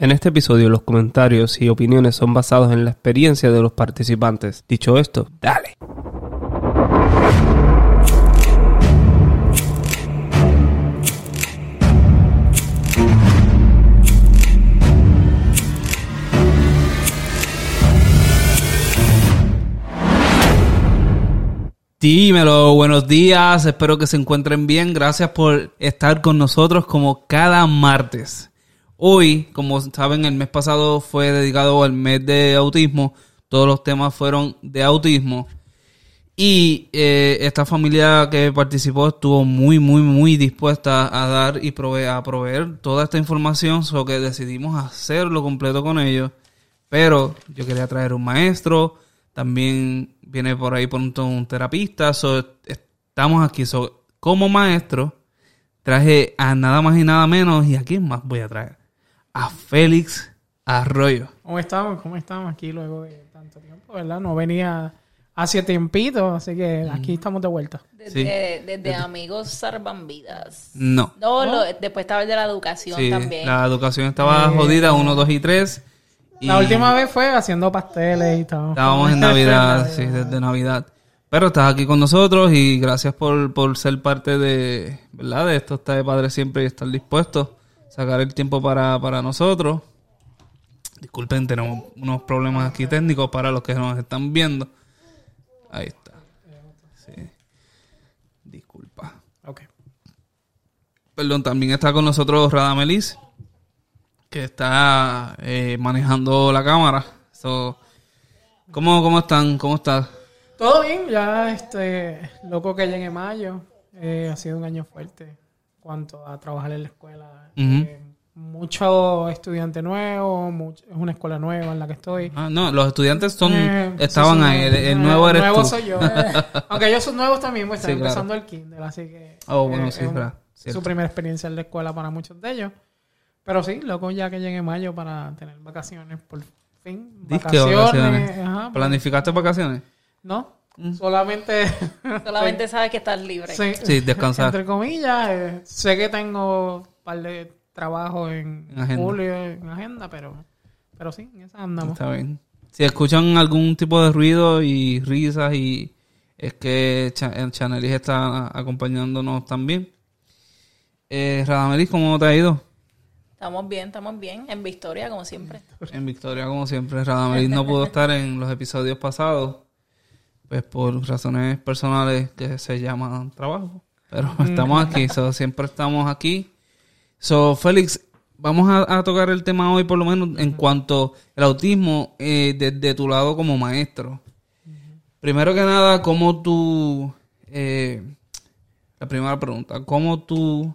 En este episodio los comentarios y opiniones son basados en la experiencia de los participantes. Dicho esto, ¡dale! Dímelo, buenos días, espero que se encuentren bien. Gracias por estar con nosotros como cada martes. Hoy, como saben, el mes pasado fue dedicado al mes de autismo. Todos los temas fueron de autismo. Y esta familia que participó estuvo muy dispuesta a dar y proveer toda esta información, solo que decidimos hacerlo completo con ellos. Pero yo quería traer un maestro, también viene por ahí pronto un terapista. Estamos aquí. Como maestro, traje a nada más y nada menos. ¿Y a quién más voy a traer? A Félix Arroyo. ¿Cómo estamos? ¿Cómo estamos aquí luego de tanto tiempo, verdad? No venía hace tiempito, así que aquí estamos de vuelta. Desde Amigos Salvan Vidas. No. Después estaba el de la educación también. La educación estaba jodida, 1, 2 y 3. La última vez fue haciendo pasteles y todo. Estábamos en Navidad, sí, desde Navidad. Pero estás aquí con nosotros y gracias por ser parte de, ¿verdad? De esto está de padre siempre y estar dispuesto a sacar el tiempo para nosotros. Disculpen, tenemos unos problemas aquí técnicos para los que nos están viendo. Ahí está. Sí. Disculpa. Ok. Perdón, también está con nosotros Radamelis, que está manejando la cámara. ¿Cómo están? ¿Cómo estás? Todo bien, ya loco que llegue mayo. Ha sido un año fuerte en cuanto a trabajar en la escuela. Muchos estudiantes nuevos, es una escuela nueva en la que estoy. Ah, no, los estudiantes estaban ahí, el nuevo eres tú. El nuevo soy yo. Aunque ellos son nuevos también, pues están empezando el kinder, así que... Oh, bueno, sí, verdad. Su primera experiencia en la escuela para muchos de ellos. Pero sí, loco ya que llegue mayo para tener vacaciones, por fin. Vacaciones. Ajá, ¿Planificaste vacaciones? No, solamente sabes que estás libre. Sí, descansar. Entre comillas, sé que tengo un par de trabajo en julio en agenda, pero sí, en esa andamos. Está bien. Si escuchan algún tipo de ruido y risas, y es que Chanelis está acompañándonos también. Radamelis, ¿cómo te ha ido? Estamos bien. En Victoria, como siempre. En Victoria, como siempre. Radamelis no pudo estar en los episodios pasados, pues por razones personales que se llaman trabajo. Pero estamos aquí, siempre estamos aquí. Félix, vamos a tocar el tema hoy, por lo menos en cuanto al autismo, desde tu lado como maestro. Primero que nada, ¿cómo tú... la primera pregunta, ¿cómo tú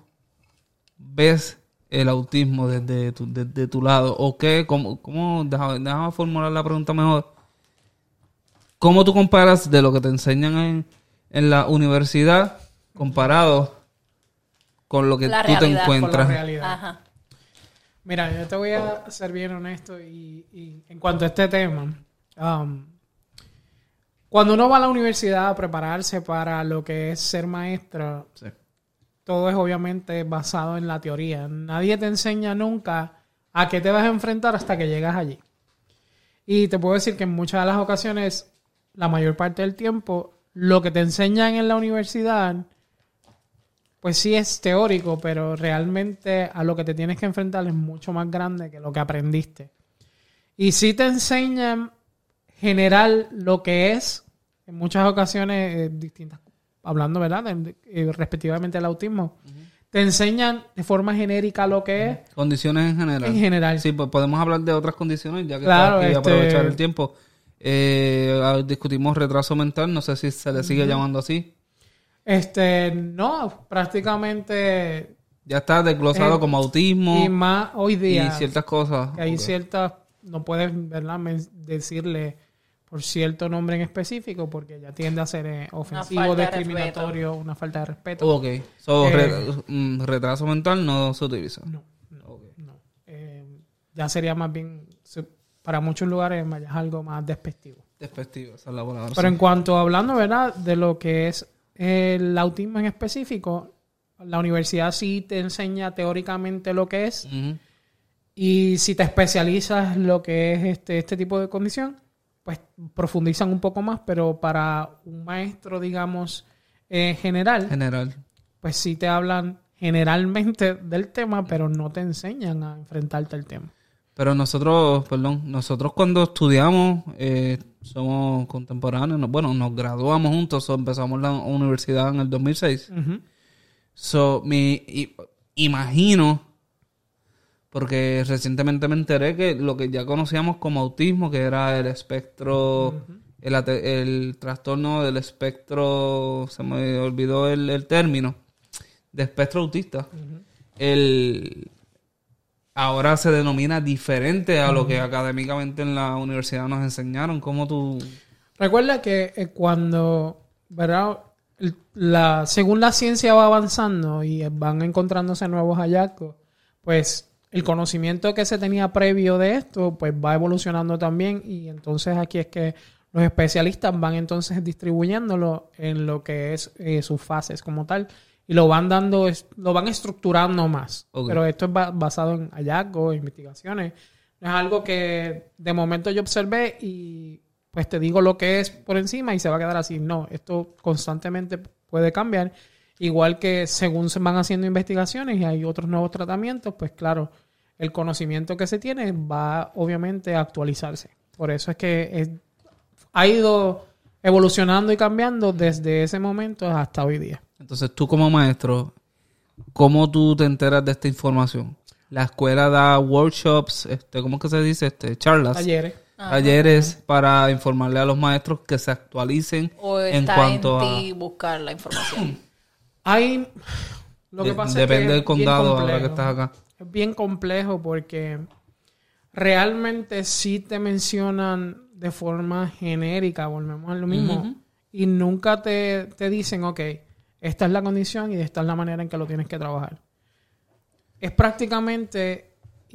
ves el autismo desde tu lado? ¿O qué? Déjame formular la pregunta mejor. ¿Cómo tú comparas de lo que te enseñan en la universidad comparado con lo que tú te encuentras? Con la realidad. Ajá. Mira, yo te voy a ser bien honesto y en cuanto a este tema, cuando uno va a la universidad a prepararse para lo que es ser maestro, sí, todo es obviamente basado en la teoría. Nadie te enseña nunca a qué te vas a enfrentar hasta que llegas allí. Y te puedo decir que en muchas de las ocasiones, la mayor parte del tiempo, lo que te enseñan en la universidad, pues sí es teórico, pero realmente a lo que te tienes que enfrentar es mucho más grande que lo que aprendiste. Y sí te enseñan general lo que es, en muchas ocasiones distintas, hablando, ¿verdad? Respectivamente el autismo. Te enseñan de forma genérica lo que es. Condiciones en general. En general. Sí, pues podemos hablar de otras condiciones, ya que claro, estamos aquí, aprovechar el tiempo. Discutimos retraso mental, no sé si se le sigue llamando así. No, prácticamente... Ya está desglosado como autismo. Y más hoy día. Y ciertas cosas. Que hay ciertas... No puedes, ¿verdad?, decirle por cierto nombre en específico porque ya tiende a ser ofensivo, discriminatorio, una falta de respeto. Ok. Retraso mental no se utiliza. No. Ya sería más bien... Para muchos lugares es algo más despectivo. Despectivo, esa es la palabra. Pero en cuanto hablando, ¿verdad?, de lo que es el autismo en específico, la universidad sí te enseña teóricamente lo que es. Y si te especializas en lo que es este tipo de condición, pues profundizan un poco más, pero para un maestro, digamos, general, pues sí te hablan generalmente del tema, pero no te enseñan a enfrentarte al tema. Pero nosotros cuando estudiamos, somos contemporáneos, nos graduamos juntos, empezamos la universidad en el 2006. Uh-huh. Imagino, porque recientemente me enteré que lo que ya conocíamos como autismo, que era el espectro, uh-huh, el trastorno del espectro, se me olvidó el término, de espectro autista, uh-huh, ahora se denomina diferente a lo que académicamente en la universidad nos enseñaron. ¿Cómo tú...? Recuerda que cuando, ¿verdad? Según la ciencia va avanzando y van encontrándose nuevos hallazgos, pues el conocimiento que se tenía previo de esto, pues va evolucionando también, y entonces aquí es que los especialistas van entonces distribuyéndolo en lo que es sus fases como tal. Y lo van estructurando más. Okay. Pero esto es basado en hallazgos, investigaciones. No es algo que de momento yo observé y pues te digo lo que es por encima y se va a quedar así. No, esto constantemente puede cambiar. Igual que según se van haciendo investigaciones y hay otros nuevos tratamientos, pues claro, el conocimiento que se tiene va obviamente a actualizarse. Por eso es que ha ido evolucionando y cambiando desde ese momento hasta hoy día. Entonces, tú como maestro, ¿cómo tú te enteras de esta información? La escuela da workshops, ¿cómo es que se dice? Charlas. Talleres para informarle a los maestros que se actualicen en cuanto en ti buscar la información. Lo que pasa depende es que del condado ahora que estás acá. Es bien complejo porque realmente sí te mencionan de forma genérica, volvemos a lo mismo, uh-huh, y nunca te dicen, ok, esta es la condición y esta es la manera en que lo tienes que trabajar. Es prácticamente,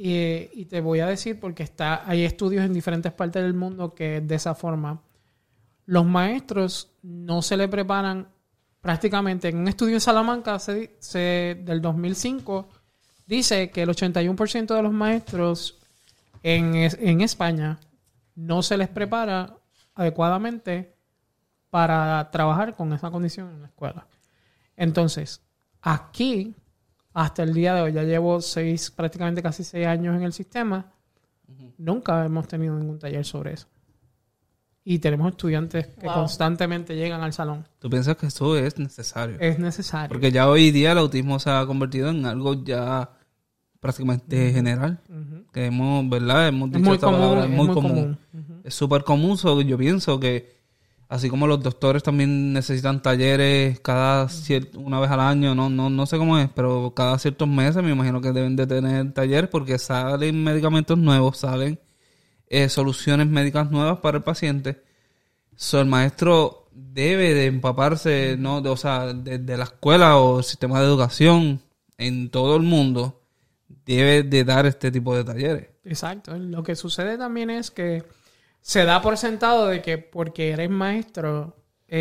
y te voy a decir porque hay estudios en diferentes partes del mundo que de esa forma, los maestros no se le preparan prácticamente. En un estudio en Salamanca del 2005 dice que el 81% de los maestros en España no se les prepara adecuadamente para trabajar con esa condición en la escuela. Entonces, aquí, hasta el día de hoy, ya llevo prácticamente casi 6 años en el sistema, uh-huh, nunca hemos tenido ningún taller sobre eso. Y tenemos estudiantes que constantemente llegan al salón. ¿Tú piensas que eso es necesario? Es necesario. Porque ya hoy día el autismo se ha convertido en algo ya prácticamente uh-huh, general. Uh-huh. Que hemos dicho esta palabra, es muy común. Uh-huh. Es súper común. Yo pienso que así como los doctores también necesitan talleres una vez al año, no sé cómo es, pero cada ciertos meses me imagino que deben de tener talleres porque salen medicamentos nuevos, salen soluciones médicas nuevas para el paciente. El maestro debe de empaparse, ¿no? De la escuela o el sistema de educación en todo el mundo, debe de dar este tipo de talleres. Exacto. Lo que sucede también es que se da por sentado de que porque eres maestro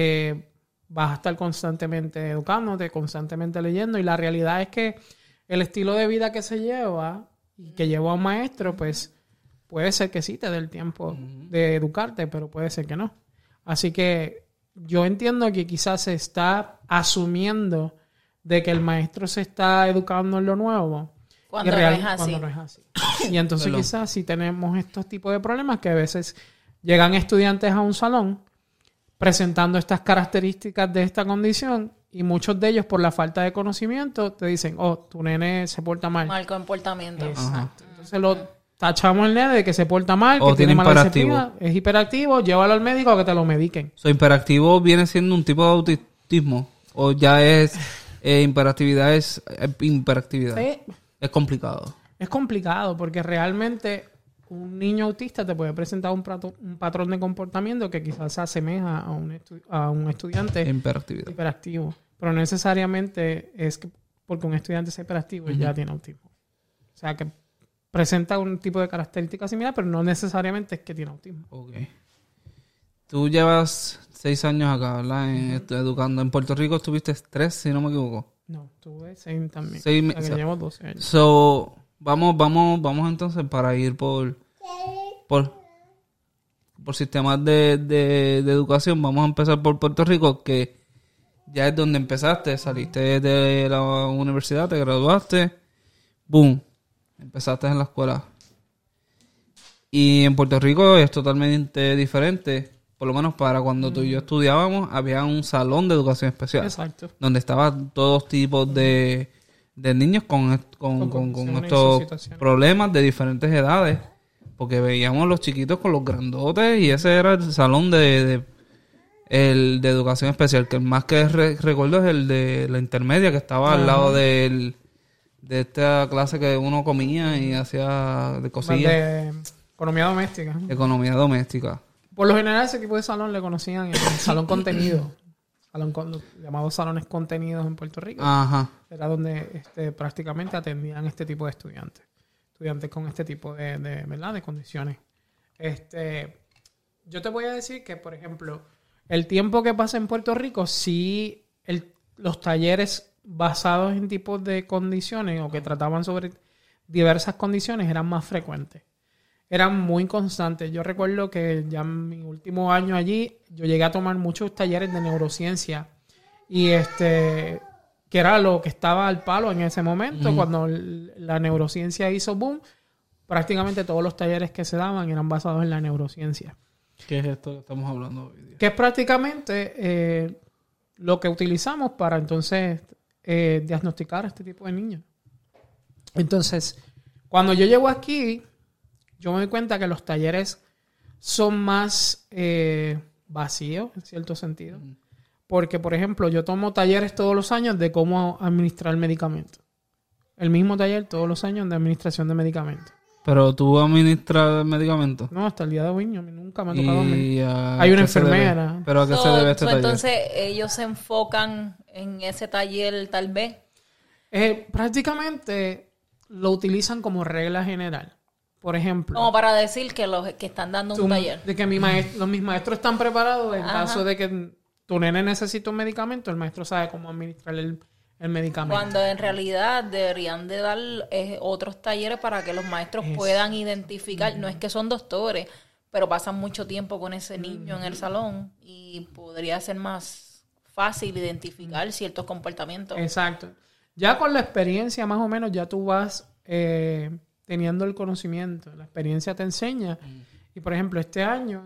vas a estar constantemente educándote, constantemente leyendo, y la realidad es que el estilo de vida que se lleva y que lleva un maestro, pues puede ser que sí te dé el tiempo de educarte, pero puede ser que no. Así que yo entiendo que quizás se está asumiendo de que el maestro se está educando en lo nuevo. Cuando no es así. Y entonces quizás sí tenemos estos tipos de problemas que a veces llegan estudiantes a un salón presentando estas características de esta condición y muchos de ellos por la falta de conocimiento te dicen, tu nene se porta mal. Mal comportamiento. Exacto. Entonces lo tachamos el nene de que se porta mal, que tiene mala disciplina, es hiperactivo, llévalo al médico a que te lo mediquen. ¿Hiperactivo viene siendo un tipo de autismo? ¿O ya es hiperactividad? Es hiperactividad. Sí. Es complicado. Es complicado porque realmente un niño autista te puede presentar un patrón de comportamiento que quizás se asemeja a un estudiante hiperactivo. Pero no necesariamente es que porque un estudiante es hiperactivo y ya tiene autismo. O sea que presenta un tipo de característica similar, pero no necesariamente es que tiene autismo. Okay. Tú llevas 6 años acá, ¿verdad? Educando. En Puerto Rico estuviste 3, si no me equivoco. No, tuve 6 también. 6 meses. Llevo 12 años. Vamos entonces para ir por sistemas de educación. Vamos a empezar por Puerto Rico, que ya es donde empezaste. Saliste de la universidad, te graduaste, boom, empezaste en la escuela. Y en Puerto Rico es totalmente diferente. Por lo menos para cuando tú y yo estudiábamos, había un salón de educación especial. Exacto. Donde estaban todos tipos de niños con estos problemas de diferentes edades. Porque veíamos los chiquitos con los grandotes y ese era el salón de educación especial. Que el más que recuerdo es el de la intermedia, que estaba al lado de esta clase que uno comía y hacía de cocina. De economía doméstica. Economía doméstica. Por lo general, ese tipo de salón le conocían el salón contenido. Los llamados salones contenidos en Puerto Rico. Ajá. Era donde prácticamente atendían este tipo de estudiantes. Estudiantes con este tipo ¿verdad? De condiciones. Yo te voy a decir que, por ejemplo, el tiempo que pasa en Puerto Rico, sí, los talleres basados en tipos de condiciones o que trataban sobre diversas condiciones eran más frecuentes. Eran muy constantes. Yo recuerdo que ya en mi último año allí, yo llegué a tomar muchos talleres de neurociencia y que era lo que estaba al palo en ese momento. Cuando la neurociencia hizo boom, prácticamente todos los talleres que se daban eran basados en la neurociencia. ¿Qué es esto que estamos hablando hoy día? Que es prácticamente lo que utilizamos para entonces diagnosticar a este tipo de niños. Entonces, cuando yo llego aquí, yo me doy cuenta que los talleres son más vacíos, en cierto sentido. Porque, por ejemplo, yo tomo talleres todos los años de cómo administrar medicamentos. El mismo taller todos los años de administración de medicamentos. ¿Pero tú administras medicamentos? No, hasta el día de hoy nunca me ha tocado a mí. ¿A Hay una qué se enfermera. debe? ¿Pero a qué se debe este taller? Entonces, ellos se enfocan en ese taller tal vez. Prácticamente lo utilizan como regla general. Por ejemplo, Como para decir que los que están dando un taller. de que mis maestros están preparados en caso de que tu nene necesita un medicamento, el maestro sabe cómo administrar el medicamento. Cuando en realidad deberían de dar otros talleres para que los maestros puedan identificar. No es que son doctores, pero pasan mucho tiempo con ese niño en el salón y podría ser más fácil identificar ciertos comportamientos. Exacto. Ya con la experiencia más o menos ya tú vas teniendo el conocimiento. La experiencia te enseña. Y por ejemplo, este año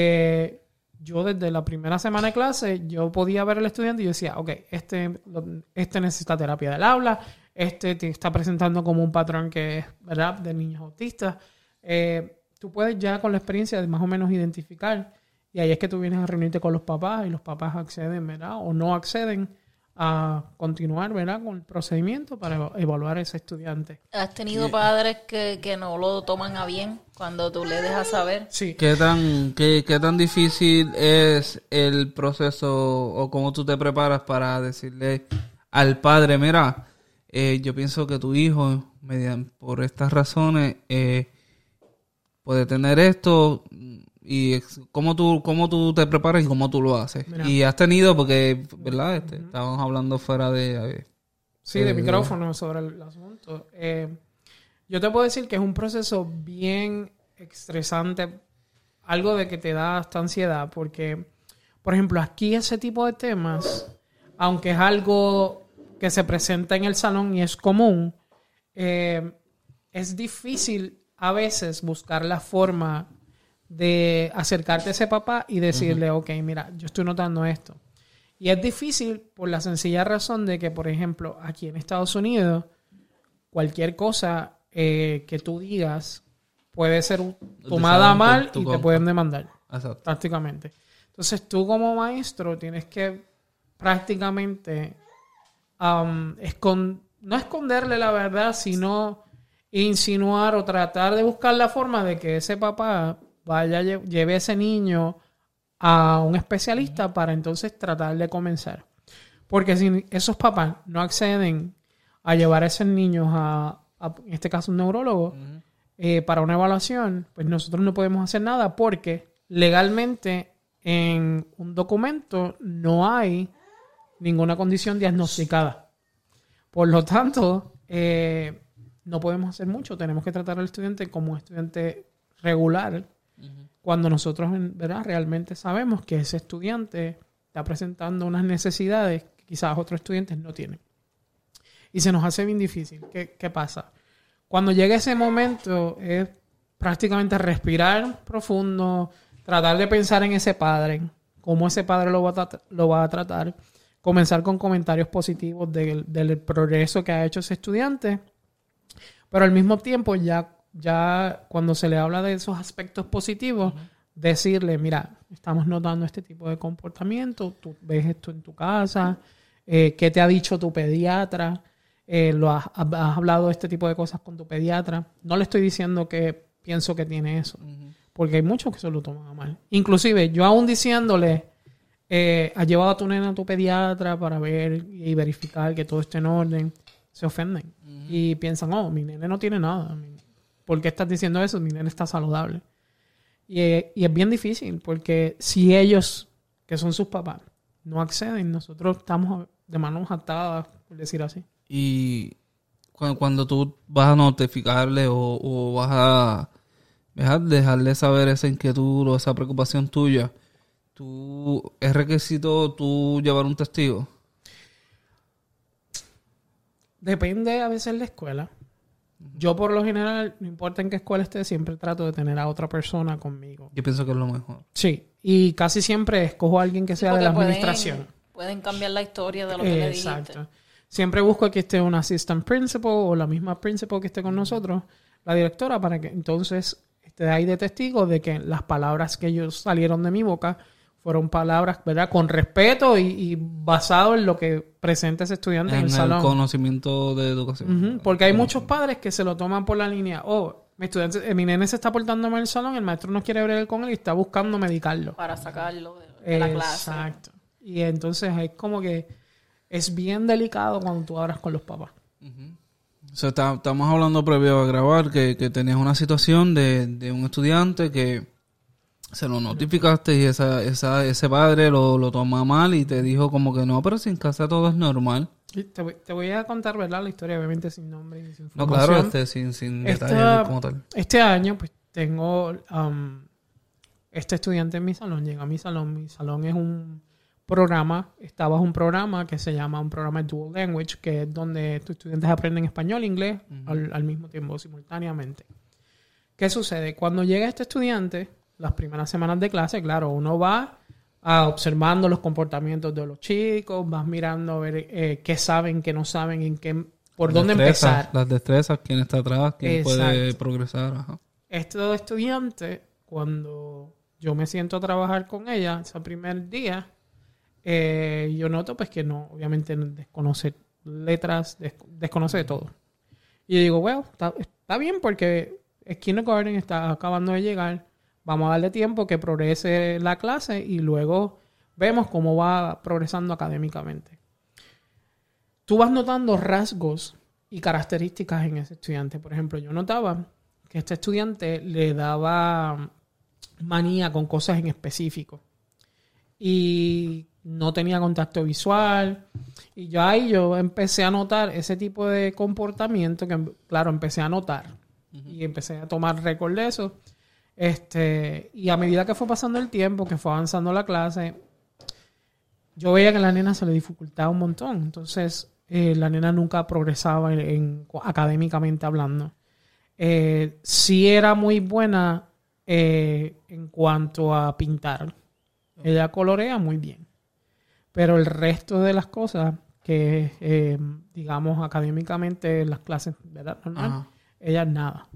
yo desde la primera semana de clase yo podía ver al estudiante y yo decía, ok, este necesita terapia del habla, te está presentando como un patrón que es, ¿verdad?, de niños autistas. Tú puedes ya con la experiencia de más o menos identificar, y ahí es que tú vienes a reunirte con los papás y los papás acceden, ¿verdad?, o no acceden a continuar, ¿verdad?, con el procedimiento para evaluar a ese estudiante. ¿Has tenido padres que no lo toman a bien cuando tú le dejas saber? Sí. ¿Qué tan difícil es el proceso o cómo tú te preparas para decirle al padre, mira, yo pienso que tu hijo, por estas razones, puede tener esto? Y cómo tú te preparas y cómo tú lo haces. Mira. Y has tenido, porque, ¿verdad? Estábamos hablando fuera de... de micrófono sobre el asunto. Yo te puedo decir que es un proceso bien estresante, algo de que te da hasta ansiedad, porque, por ejemplo, aquí ese tipo de temas, aunque es algo que se presenta en el salón y es común, es difícil a veces buscar la forma de acercarte a ese papá y decirle, ok, mira, yo estoy notando esto. Y es difícil por la sencilla razón de que, por ejemplo, aquí en Estados Unidos, cualquier cosa que tú digas puede ser tomada mal y te pueden demandar. Exacto. Prácticamente. Entonces, tú como maestro tienes que prácticamente no esconderle la verdad, sino insinuar o tratar de buscar la forma de que ese papá lleve a ese niño a un especialista para entonces tratar de convencer. Porque si esos papás no acceden a llevar a esos niños en este caso un neurólogo, para una evaluación, pues nosotros no podemos hacer nada porque legalmente en un documento no hay ninguna condición diagnosticada. Por lo tanto, no podemos hacer mucho. Tenemos que tratar al estudiante como un estudiante regular, cuando nosotros, ¿verdad?, realmente sabemos que ese estudiante está presentando unas necesidades que quizás otros estudiantes no tienen. Y se nos hace bien difícil. ¿Qué pasa? Cuando llega ese momento es prácticamente respirar profundo, tratar de pensar en ese padre, cómo ese padre lo va a tratar, comenzar con comentarios positivos del progreso que ha hecho ese estudiante, pero al mismo tiempo ya cuando se le habla de esos aspectos positivos, decirle, mira, estamos notando este tipo de comportamiento, tú ves esto en tu casa, ¿qué te ha dicho tu pediatra? ¿Has hablado de este tipo de cosas con tu pediatra? No le estoy diciendo que pienso que tiene eso, porque hay muchos que se lo toman a mal. Inclusive, yo aún diciéndole, has llevado a tu nena a tu pediatra para ver y verificar que todo esté en orden, se ofenden. Y piensan, mi nene no tiene nada. ¿Por qué estás diciendo eso? Mi nene está saludable. Y es bien difícil, porque si ellos, que son sus papás, no acceden, nosotros estamos de manos atadas, por decir así. Y cuando tú vas a notificarle o vas a dejarle saber esa inquietud o esa preocupación tuya, ¿es requisito tú llevar un testigo? Depende a veces de la escuela. Yo por lo general, no importa en qué escuela esté, siempre trato de tener a otra persona conmigo. Yo pienso que es lo mejor. Sí, y casi siempre escojo a alguien que sea de la administración. Pueden cambiar la historia de lo que le dijiste. Exacto. Siempre busco que esté un assistant principal o la misma principal que esté con nosotros, la directora, para que entonces esté ahí de testigo de que las palabras que ellos salieron de mi boca fueron palabras, ¿verdad?, con respeto y basado en lo que presenta ese estudiante en el salón. En el conocimiento de educación. Porque hay muchos padres que se lo toman por la línea, mi nene se está portando mal en el salón, el maestro no quiere bregar con él y está buscando medicarlo. Para sacarlo de la clase. Exacto. Y entonces es como que es bien delicado cuando tú hablas con los papás. O sea, estamos hablando previo a grabar que tenías una situación de un estudiante que se lo notificaste y ese padre lo toma mal y te dijo como que no, pero si en casa todo es normal. Te voy a contar, ¿verdad?, la historia, obviamente sin nombre y sin información. No, claro, sin detalles como tal. Este año, pues, tengo este estudiante en mi salón. Llega a mi salón. Mi salón es un programa, está bajo un programa que se llama un programa de Dual Language, que es donde tus estudiantes aprenden español e inglés al mismo tiempo, simultáneamente. ¿Qué sucede? Cuando llega este estudiante, las primeras semanas de clase, claro, uno va observando los comportamientos de los chicos, vas mirando a ver qué saben, qué no saben, por dónde empezar. Las destrezas, quién está atrás, quién puede progresar. Ajá. Este estudiante, cuando yo me siento a trabajar con ella, ese primer día, yo noto pues que no, obviamente desconoce letras, desconoce de todo. Y yo digo, bueno, está bien porque el kindergarten está acabando de llegar, vamos a darle tiempo que progrese la clase y luego vemos cómo va progresando académicamente. Tú vas notando rasgos y características en ese estudiante. Por ejemplo, yo notaba que este estudiante le daba manía con cosas en específico. Y no tenía contacto visual. Y yo empecé a notar ese tipo de comportamiento que, claro, empecé a notar. Y empecé a tomar récord de eso. Y a medida que fue pasando el tiempo, que fue avanzando la clase, yo veía que a la nena se le dificultaba un montón. Entonces, la nena nunca progresaba académicamente hablando. Sí era muy buena en cuanto a pintar. Ella colorea muy bien. Pero el resto de las cosas que, digamos, académicamente las clases, ¿verdad?, normal, ella nada.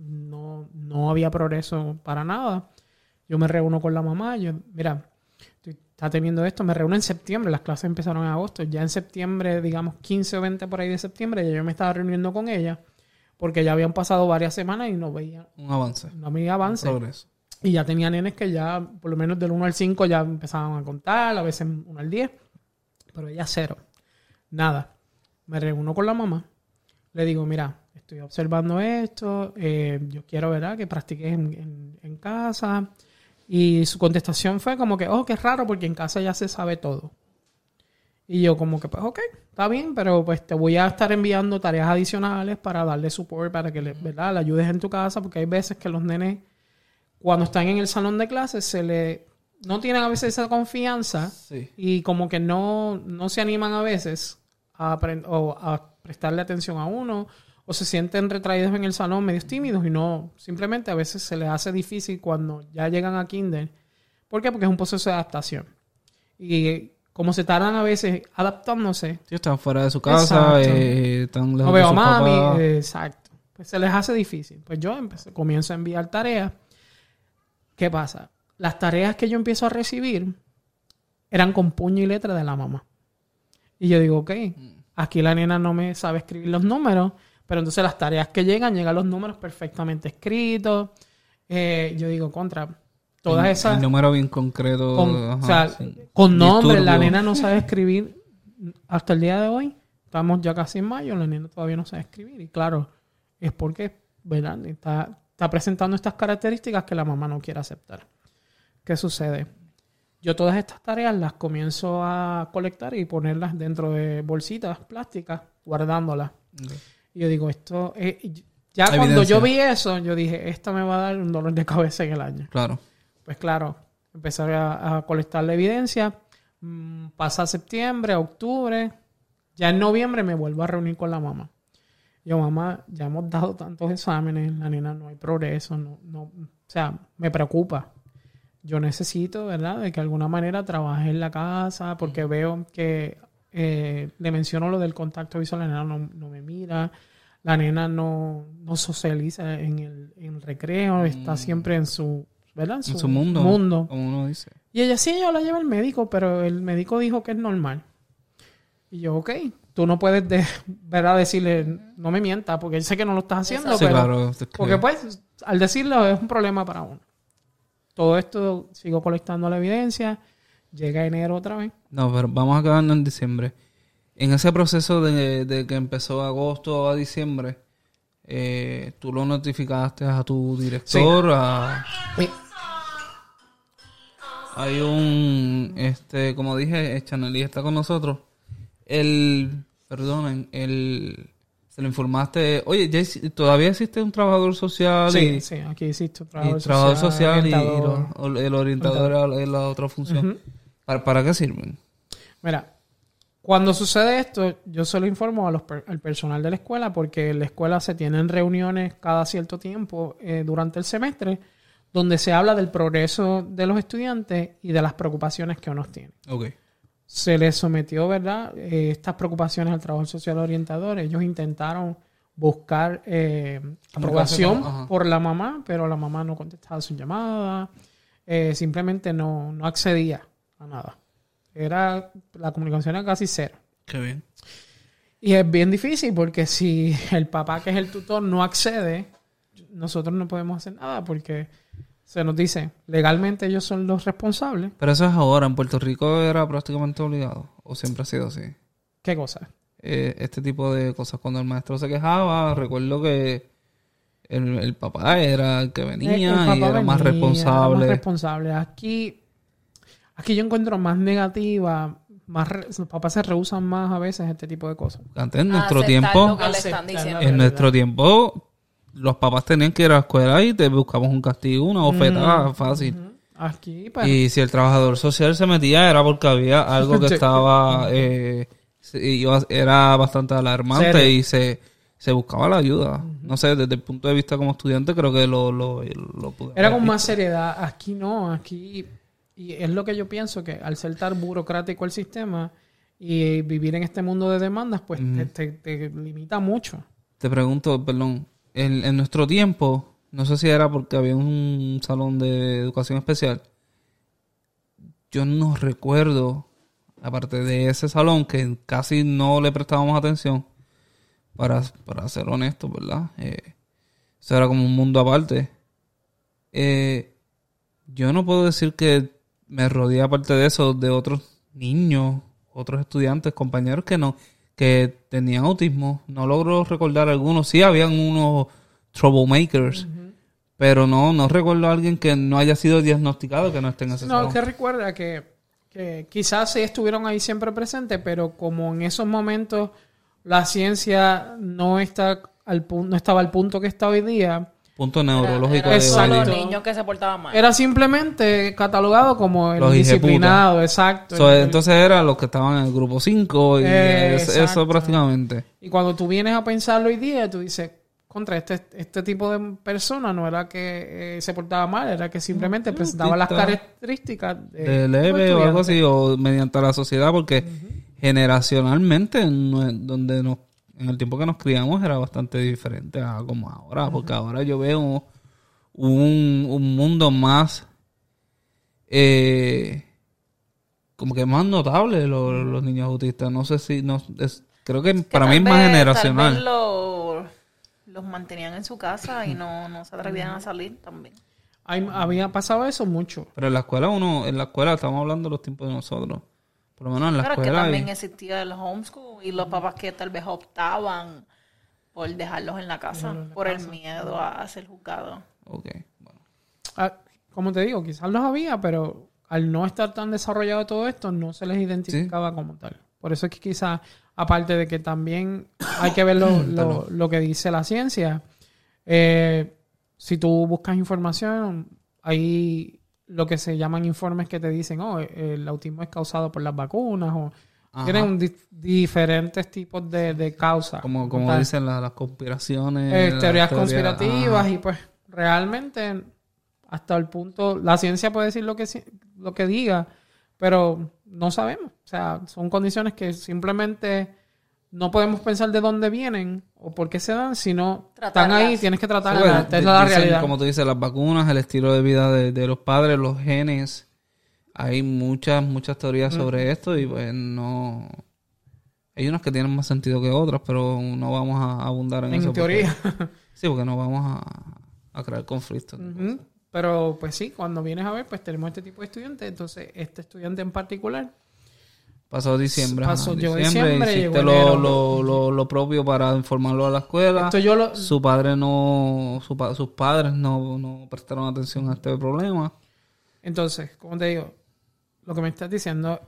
No había progreso para nada. Yo me reúno con la mamá. Mira, está teniendo esto. Me reúno en septiembre. Las clases empezaron en agosto. Ya en septiembre, digamos 15 o 20 por ahí de septiembre, ya yo me estaba reuniendo con ella porque ya habían pasado varias semanas y no veía un avance. No había avance. Un progreso. Y ya tenía nenes que ya, por lo menos del 1 al 5, ya empezaban a contar, a veces 1 al 10. Pero ella 0. Nada. Me reúno con la mamá. Le digo, mira, estoy observando esto. Yo quiero, ¿verdad?, que practiques en casa. Y su contestación fue como que, qué raro, porque en casa ya se sabe todo. Y yo como que, pues, ok, está bien, pero pues te voy a estar enviando tareas adicionales para darle support, para que ¿verdad? Le ayudes en tu casa, porque hay veces que los nenes, cuando están en el salón de clases, no tienen a veces esa confianza y como que no se animan a veces a prestarle atención a uno, o se sienten retraídos en el salón, medios tímidos, y no, simplemente a veces se les hace difícil cuando ya llegan a kinder. ¿Por qué? Porque es un proceso de adaptación. Y como se tardan a veces adaptándose. Sí, están fuera de su casa, están lejos no veo de a su mami, papá. exacto. Pues se les hace difícil. Pues yo comienzo a enviar tareas. ¿Qué pasa? Las tareas que yo empiezo a recibir eran con puño y letra de la mamá. Y yo digo, ok, aquí la nena no me sabe escribir los números, pero entonces las tareas que llegan los números perfectamente escritos. Yo digo, todas esas... El número bien concreto. Con nombre. Disturbio. La nena no sabe escribir hasta el día de hoy. Estamos ya casi en mayo, la nena todavía no sabe escribir. Y claro, es porque, ¿verdad? Está presentando estas características que la mamá no quiere aceptar. ¿Qué sucede? Yo todas estas tareas las comienzo a colectar y ponerlas dentro de bolsitas plásticas, guardándolas. Okay. Y yo digo, esto... ya evidencia. Cuando yo vi eso, yo dije, esto me va a dar un dolor de cabeza en el año. Claro. Pues claro, empecé a colectar la evidencia. Pasa septiembre, octubre. Ya en noviembre me vuelvo a reunir con la mamá. Yo, mamá, ya hemos dado tantos exámenes, la nena no hay progreso, o sea, me preocupa. Yo necesito, ¿verdad?, de que de alguna manera trabaje en la casa, porque veo que le menciono lo del contacto visual, la nena no me mira, la nena no socializa en el recreo, está siempre en su... ¿verdad? En su mundo, como uno dice. Y ella, sí, yo la llevo al médico, pero el médico dijo que es normal. Y yo, ok, tú no puedes, ¿verdad?, decirle, no me mientas, porque él sé que no lo estás haciendo, sí, pero... Claro, porque pues, al decirlo es un problema para uno. Todo esto, sigo colectando la evidencia, llega enero otra vez. No, pero vamos a quedarnos en diciembre. En ese proceso de que empezó agosto a diciembre, ¿tú lo notificaste a tu director? Sí. Hay un, como dije, Chanelí está con nosotros. Se lo informaste. Oye, ¿todavía existe un trabajador social? Sí, aquí existe un trabajador social y el orientador es la otra función. Uh-huh. ¿Para qué sirven? Mira, cuando sucede esto, yo se lo informo al personal de la escuela, porque en la escuela se tienen reuniones cada cierto tiempo durante el semestre, donde se habla del progreso de los estudiantes y de las preocupaciones que unos tienen. Okay. Se les sometió, ¿verdad?, estas preocupaciones al trabajador social orientador. Ellos intentaron buscar aprobación por la mamá, pero la mamá no contestaba su llamada. Simplemente no accedía a nada. La comunicación era casi cero. Qué bien. Y es bien difícil, porque si el papá, que es el tutor, no accede, nosotros no podemos hacer nada, porque se nos dice, legalmente ellos son los responsables. Pero eso es ahora. ¿En Puerto Rico era prácticamente obligado? ¿O siempre ha sido así? ¿Qué cosa? Este tipo de cosas. Cuando el maestro se quejaba, recuerdo que el papá era el que venía y era más responsable. Era más responsable. Aquí yo encuentro más negativa, los papás se rehusan más a veces este tipo de cosas. Antes, en nuestro tiempo, los papás tenían que ir a la escuela y te buscamos un castigo, una bofetada fácil. Aquí, pues, y si el trabajador social se metía, era porque había algo que estaba era bastante alarmante. ¿Serio? Y se buscaba la ayuda. No sé, desde el punto de vista como estudiante creo que lo pude era con más seriedad. Aquí no, aquí... Y es lo que yo pienso, que al ser tan burocrático el sistema y vivir en este mundo de demandas, pues te limita mucho. Te pregunto, perdón, en nuestro tiempo, no sé si era porque había un salón de educación especial, yo no recuerdo, aparte de ese salón, que casi no le prestábamos atención, para ser honestos, ¿verdad? Eso era como un mundo aparte. Yo no puedo decir que me rodeé, aparte de eso, de otros niños, otros estudiantes, compañeros que tenían autismo. No logro recordar algunos. Sí, habían unos troublemakers, pero no recuerdo a alguien que no haya sido diagnosticado, que no esté en ese salón. No, que recuerda que que quizás sí estuvieron ahí siempre presentes, pero como en esos momentos la ciencia no estaba al punto que está hoy día. Punto neurológico. Era de solo hoy día. niños que se portaban mal. Era simplemente catalogado como el Los disciplinado, exacto. Entonces eran los que estaban en el grupo 5 y eso Exacto. prácticamente. Y cuando tú vienes a pensarlo hoy día, tú dices, contra este tipo de persona no era que se portaba mal, era que simplemente presentaba las características de leve o algo así, o mediante la sociedad, porque generacionalmente en el tiempo que nos criamos era bastante diferente a como ahora, porque ahora yo veo un mundo más como que más notable los niños autistas. No sé si creo que para mí es más generacional. Tal vez los mantenían en su casa y no se atrevían a salir también. Había pasado eso mucho. Pero en la escuela estamos hablando de los tiempos de nosotros. Por lo menos en la Pero es escuela. que también existía el homeschool y los papás que tal vez optaban por dejarlos en la casa por el miedo a ser juzgados. Ok, bueno. Como te digo, quizás los había, pero al no estar tan desarrollado todo esto, no se les identificaba como tal. Por eso es que quizás, aparte de que también hay que ver lo que dice la ciencia, si tú buscas información, hay lo que se llaman informes que te dicen, el autismo es causado por las vacunas, o tienen diferentes tipos de causas. Como dicen las conspiraciones. Teorías conspirativas, y pues realmente hasta el punto, la ciencia puede decir lo que diga, pero no sabemos. O sea, son condiciones que simplemente no podemos pensar de dónde vienen o por qué se dan, sino están ahí, tienes que tratarlas. Esta es la realidad. Como tú dices, las vacunas, el estilo de vida de los padres, los genes. Hay muchas teorías sobre esto y pues no... Hay unas que tienen más sentido que otras, pero no vamos a abundar en eso. En teoría. Sí, porque no vamos a crear conflictos. Pero pues sí, cuando vienes a ver, pues tenemos este tipo de estudiantes. Entonces, este estudiante en particular... Pasó diciembre. Llegó diciembre, hiciste llegó lo propio para informarlo a la escuela. Sus padres no prestaron atención a este problema. Entonces, como te digo, lo que me estás diciendo,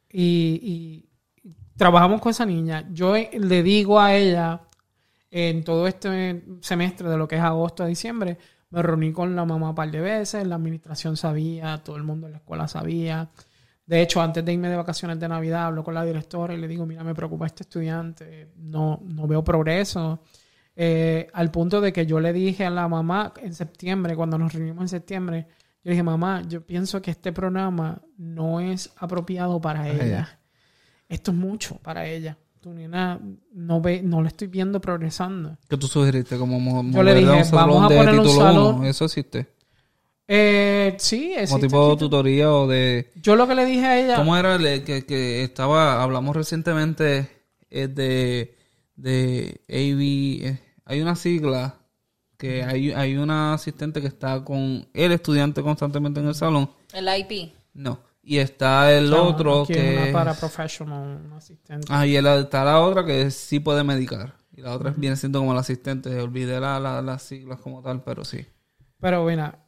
y trabajamos con esa niña. Yo le digo a ella, en todo este semestre de lo que es agosto a diciembre, me reuní con la mamá un par de veces, la administración sabía, todo el mundo en la escuela sabía. De hecho, antes de irme de vacaciones de Navidad, hablo con la directora y le digo, mira, me preocupa este estudiante, no veo progreso. Al punto de que yo le dije a la mamá en septiembre, cuando nos reunimos en septiembre, yo dije, mamá, yo pienso que este programa no es apropiado para ella. Esto es mucho para ella. Tu nena no le estoy viendo progresando. ¿Qué tú sugeriste? Como yo le dije, vamos a poner un salón. ¿Eso existe? Sí, como tipo de tutoría o de... Yo lo que le dije a ella... ¿Cómo era que estaba... Hablamos recientemente de AV... Hay una sigla que hay una asistente que está con el estudiante constantemente en el salón. ¿El IP? No. Y está el otro que... Una paraprofessional, un asistente. Y está la otra que sí puede medicar. Y la otra viene siendo como la asistente. Olvidé las siglas como tal, pero sí. Pero mira,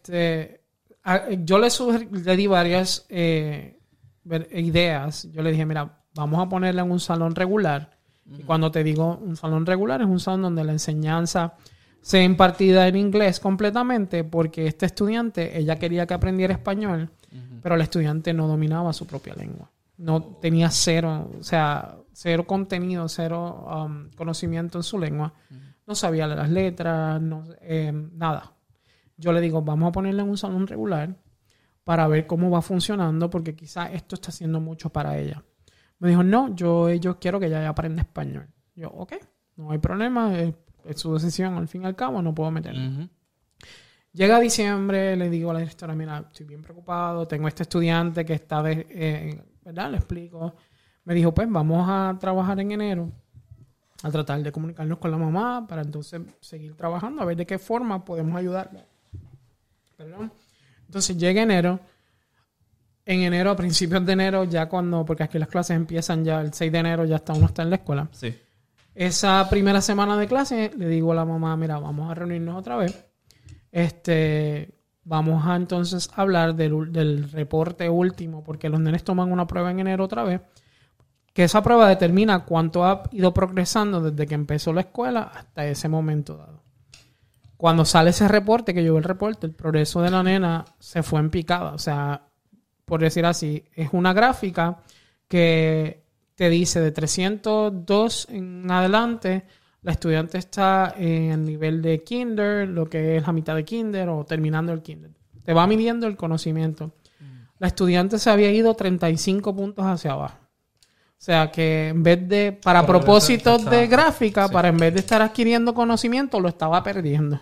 yo le di varias ideas. Yo le dije, mira, vamos a ponerla en un salón regular. Y cuando te digo un salón regular, es un salón donde la enseñanza sea impartida en inglés completamente, porque este estudiante, ella quería que aprendiera español, pero el estudiante no dominaba su propia lengua. No tenía cero contenido, cero conocimiento en su lengua. No sabía las letras, nada. Yo le digo, vamos a ponerla en un salón regular para ver cómo va funcionando, porque quizás esto está haciendo mucho para ella. Me dijo, no, yo quiero que ella aprenda español. Yo, ok, no hay problema, es su decisión, al fin y al cabo, no puedo meterla. Llega diciembre, le digo a la directora, mira, estoy bien preocupado, tengo este estudiante que está, ¿verdad? Le explico. Me dijo, pues vamos a trabajar en enero, a tratar de comunicarnos con la mamá para entonces seguir trabajando, a ver de qué forma podemos ayudarla. Perdón. Entonces llega enero. En enero, a principios de enero, ya porque aquí las clases empiezan ya el 6 de enero, ya uno está en la escuela. Sí. Esa primera semana de clase le digo a la mamá, mira, vamos a reunirnos otra vez. vamos a entonces hablar del reporte último, porque los nenes toman una prueba en enero otra vez, que esa prueba determina cuánto ha ido progresando desde que empezó la escuela hasta ese momento dado. Cuando sale ese reporte, que llegó el reporte, el progreso de la nena se fue en picada. O sea, por decir así, es una gráfica que te dice de 302 en adelante, la estudiante está en el nivel de kinder, lo que es la mitad de kinder o terminando el kinder. Te va midiendo el conocimiento. La estudiante se había ido 35 puntos hacia abajo. O sea que en vez de, para propósitos de gráfica, sí, para en vez de estar adquiriendo conocimiento, lo estaba perdiendo.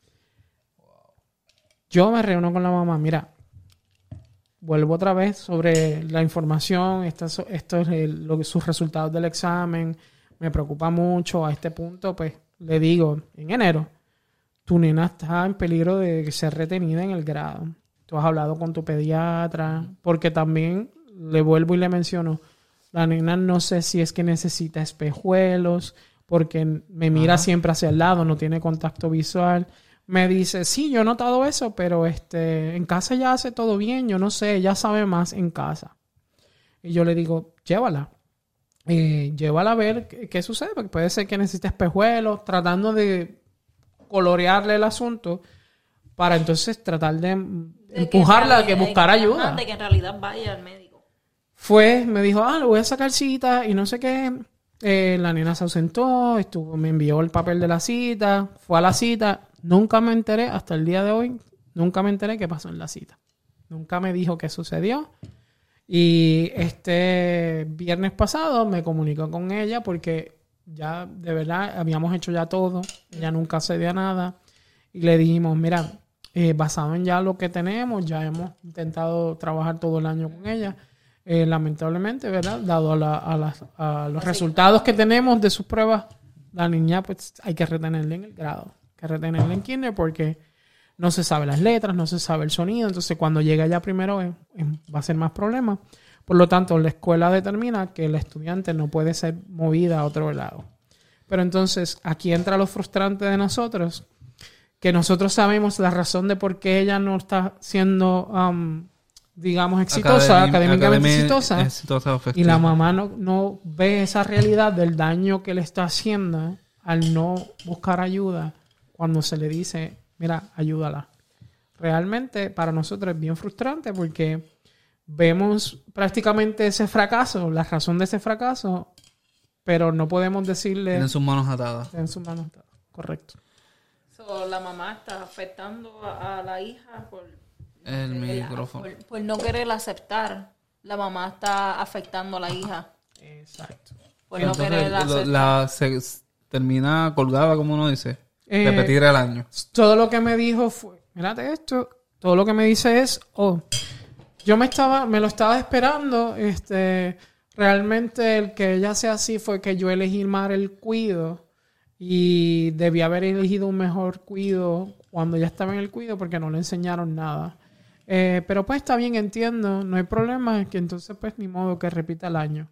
Yo me reúno con la mamá, mira, vuelvo otra vez sobre la información, esto es sus resultados del examen, me preocupa mucho. A este punto, pues, le digo, en enero, tu nena está en peligro de ser retenida en el grado. Tú has hablado con tu pediatra, porque también le vuelvo y le menciono, la nena no sé si es que necesita espejuelos, porque me mira siempre hacia el lado, no tiene contacto visual. Me dice, sí, yo he notado eso, pero en casa ya hace todo bien, yo no sé, ella sabe más en casa. Y yo le digo, llévala a ver qué sucede, porque puede ser que necesite espejuelos, tratando de colorearle el asunto para entonces tratar de empujarla a que buscara ayuda. De que en realidad vaya al médico. Me dijo, le voy a sacar cita y no sé qué. La nena se ausentó, me envió el papel de la cita, fue a la cita. Nunca me enteré, hasta el día de hoy, nunca me enteré qué pasó en la cita. Nunca me dijo qué sucedió. Y este viernes pasado me comunicó con ella porque ya de verdad habíamos hecho ya todo. Ella nunca cedía nada. Y le dijimos, mira, basado en ya lo que tenemos, ya hemos intentado trabajar todo el año con ella. Lamentablemente, ¿verdad? Dado a los resultados que tenemos de sus pruebas, la niña pues hay que retenerla en el grado. Hay que retenerla en kinder porque no se sabe las letras, no se sabe el sonido. Entonces, cuando llega ya primero va a ser más problema. Por lo tanto, la escuela determina que el estudiante no puede ser movida a otro lado. Pero entonces, aquí entra lo frustrante de nosotros, que nosotros sabemos la razón de por qué ella no está siendo, digamos, académicamente exitosa. Y la mamá no ve esa realidad del daño que le está haciendo al no buscar ayuda cuando se le dice, mira, ayúdala. Realmente para nosotros es bien frustrante porque vemos prácticamente ese fracaso, la razón de ese fracaso, pero no podemos decirle... Tienen sus manos atadas. Tienen sus manos atadas, correcto. La mamá está afectando a la hija por... El micrófono. Por no querer aceptar. La mamá está afectando a la hija. Exacto. Por no querer aceptar. Se termina colgada, como uno dice. Repetir el año. Todo lo que me dijo fue, mírate esto, todo lo que me dice es, yo me lo estaba esperando, realmente el que ella sea así fue que yo elegí mal el cuido y debí haber elegido un mejor cuido cuando ya estaba en el cuido porque no le enseñaron nada. Pero pues está bien, entiendo, no hay problema, es que entonces pues ni modo que repita el año.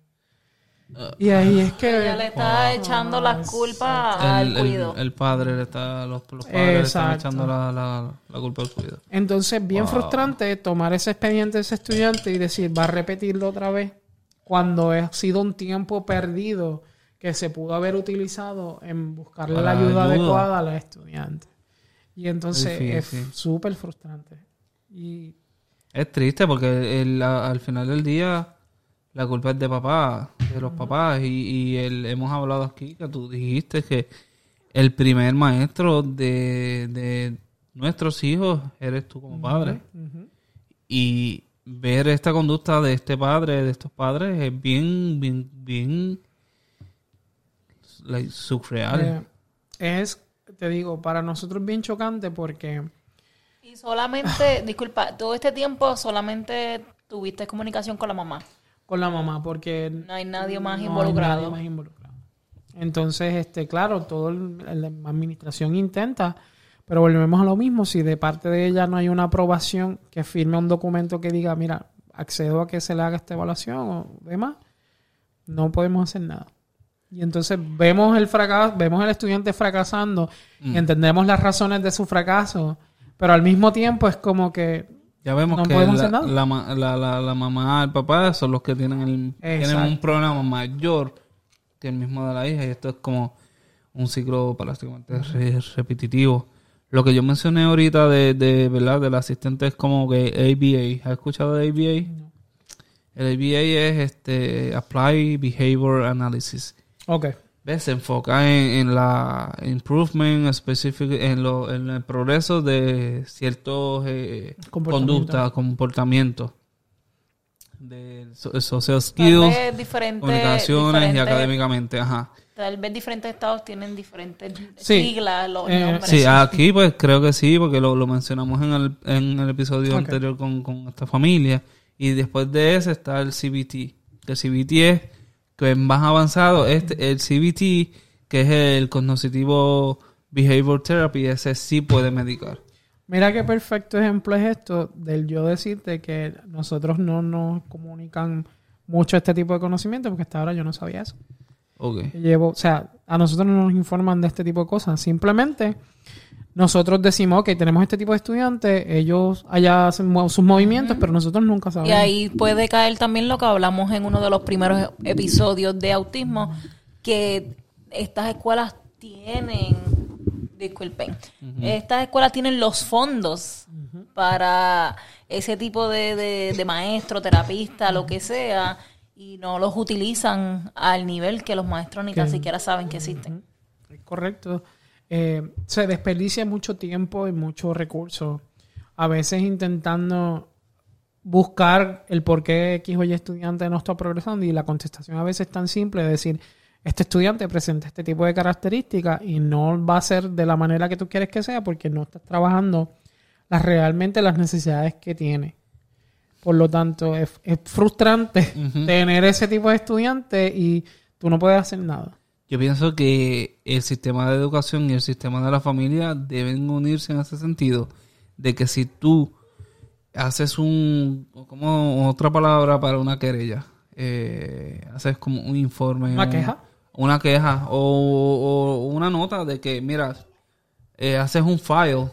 Y ahí es que ella le está echando las culpas al cuido. El padre los padres le están echando la culpa al cuido. Entonces, bien frustrante tomar ese expediente de ese estudiante y decir, va a repetirlo otra vez, cuando ha sido un tiempo perdido que se pudo haber utilizado en buscarle la ayuda adecuada a la estudiante. Y entonces es súper frustrante. Y es triste porque al final del día la culpa es de papá, de los papás. Y hemos hablado aquí que tú dijiste que el primer maestro de nuestros hijos eres tú como padre. Y ver esta conducta de este padre, de estos padres, es bien surreal. Te digo, para nosotros es bien chocante porque... Y solamente, disculpa, todo este tiempo solamente tuviste comunicación con la mamá. Con la mamá, porque... No hay nadie más involucrado. Entonces, claro, toda la administración intenta, pero volvemos a lo mismo. Si de parte de ella no hay una aprobación que firme un documento que diga, mira, accedo a que se le haga esta evaluación o demás, no podemos hacer nada. Y entonces vemos el fracaso, vemos al estudiante fracasando y entendemos las razones de su fracaso, Pero al mismo tiempo es como que ya vemos no que podemos hacer nada. la mamá, el papá son los que tienen un problema mayor que el mismo de la hija. Y esto es como un ciclo prácticamente repetitivo. Lo que yo mencioné ahorita de ¿verdad? Del asistente es como que ABA. ¿Has escuchado de ABA? No. El ABA es Applied Behavior Analysis. Okay. ¿Ves? Se enfoca en la improvement específico, en el progreso de ciertos conductas, comportamientos, de social skills, comunicaciones y académicamente, ajá. Tal vez diferentes estados tienen diferentes siglas, los nombres. Sí, aquí pues creo que sí, porque lo mencionamos en el episodio anterior con esta familia. Y después de ese está el CBT. El CBT es que es más avanzado. El CBT, que es el Cognitivo Behavior Therapy, ese sí puede medicar. Mira qué perfecto ejemplo es esto del yo decirte que nosotros no nos comunican mucho este tipo de conocimiento, porque hasta ahora yo no sabía eso. Okay. O sea, a nosotros no nos informan de este tipo de cosas. Simplemente nosotros decimos, ok, tenemos este tipo de estudiantes, ellos allá hacen sus movimientos, pero nosotros nunca sabemos. Y ahí puede caer también lo que hablamos en uno de los primeros episodios de autismo, que estas escuelas tienen, disculpen, estas escuelas tienen los fondos para ese tipo de maestro, terapista, lo que sea, y no los utilizan al nivel que los maestros ni tan siquiera saben que existen. Es correcto. Se desperdicia mucho tiempo y muchos recursos. A veces intentando buscar el por qué X o Y estudiante no está progresando, y la contestación a veces es tan simple de decir, este estudiante presenta este tipo de características y no va a ser de la manera que tú quieres que sea porque no estás trabajando realmente las necesidades que tiene. Por lo tanto, es frustrante tener ese tipo de estudiante y tú no puedes hacer nada. Yo pienso que el sistema de educación y el sistema de la familia deben unirse en ese sentido, de que si tú haces como otra palabra para una querella, haces como un informe. ¿Una queja? Una queja o una nota de que, mira, haces un file,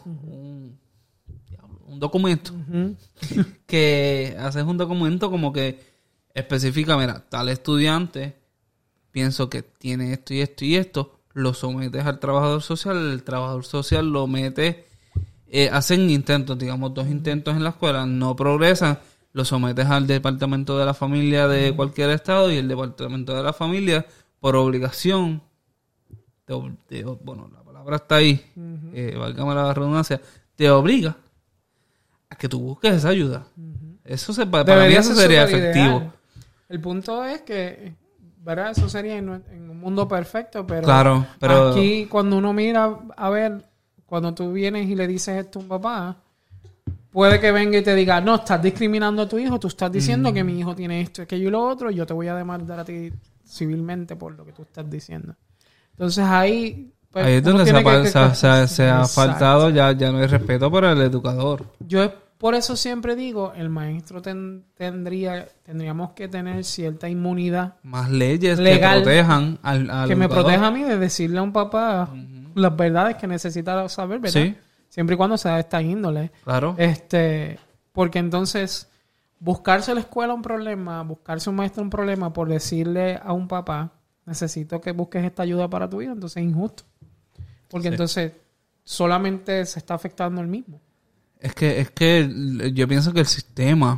un documento, que haces un documento como que especifica, mira, tal estudiante pienso que tiene esto y esto y esto, lo sometes al trabajador social, el trabajador social lo mete, hacen intentos, digamos 2 intentos en la escuela, no progresan, lo sometes al departamento de la familia de cualquier estado y el departamento de la familia, por obligación, bueno, la palabra está ahí, válgame la redundancia, te obliga a que tú busques esa ayuda. Eso para mí eso sería efectivo. Ideal. El punto es que, ¿verdad? Eso sería en un mundo perfecto, pero, claro, pero aquí cuando uno mira, a ver, cuando tú vienes y le dices esto a un papá, puede que venga y te diga, no, estás discriminando a tu hijo, tú estás diciendo que mi hijo tiene esto, aquello y lo otro, y yo te voy a demandar a ti civilmente por lo que tú estás diciendo. Entonces ahí... Pues, ahí es donde se ha faltado, ya no hay respeto por el educador. Yo por eso siempre digo, el maestro tendríamos que tener cierta inmunidad. Más leyes legal, que protejan al que educador. Me proteja a mí de decirle a un papá las verdades que necesita saber, ¿verdad? Sí. Siempre y cuando sea de esta índole. Claro. Porque entonces, buscarse a la escuela un problema, buscarse un maestro un problema por decirle a un papá, necesito que busques esta ayuda para tu hijo, entonces es injusto. Porque entonces solamente se está afectando el mismo. Es que yo pienso que el sistema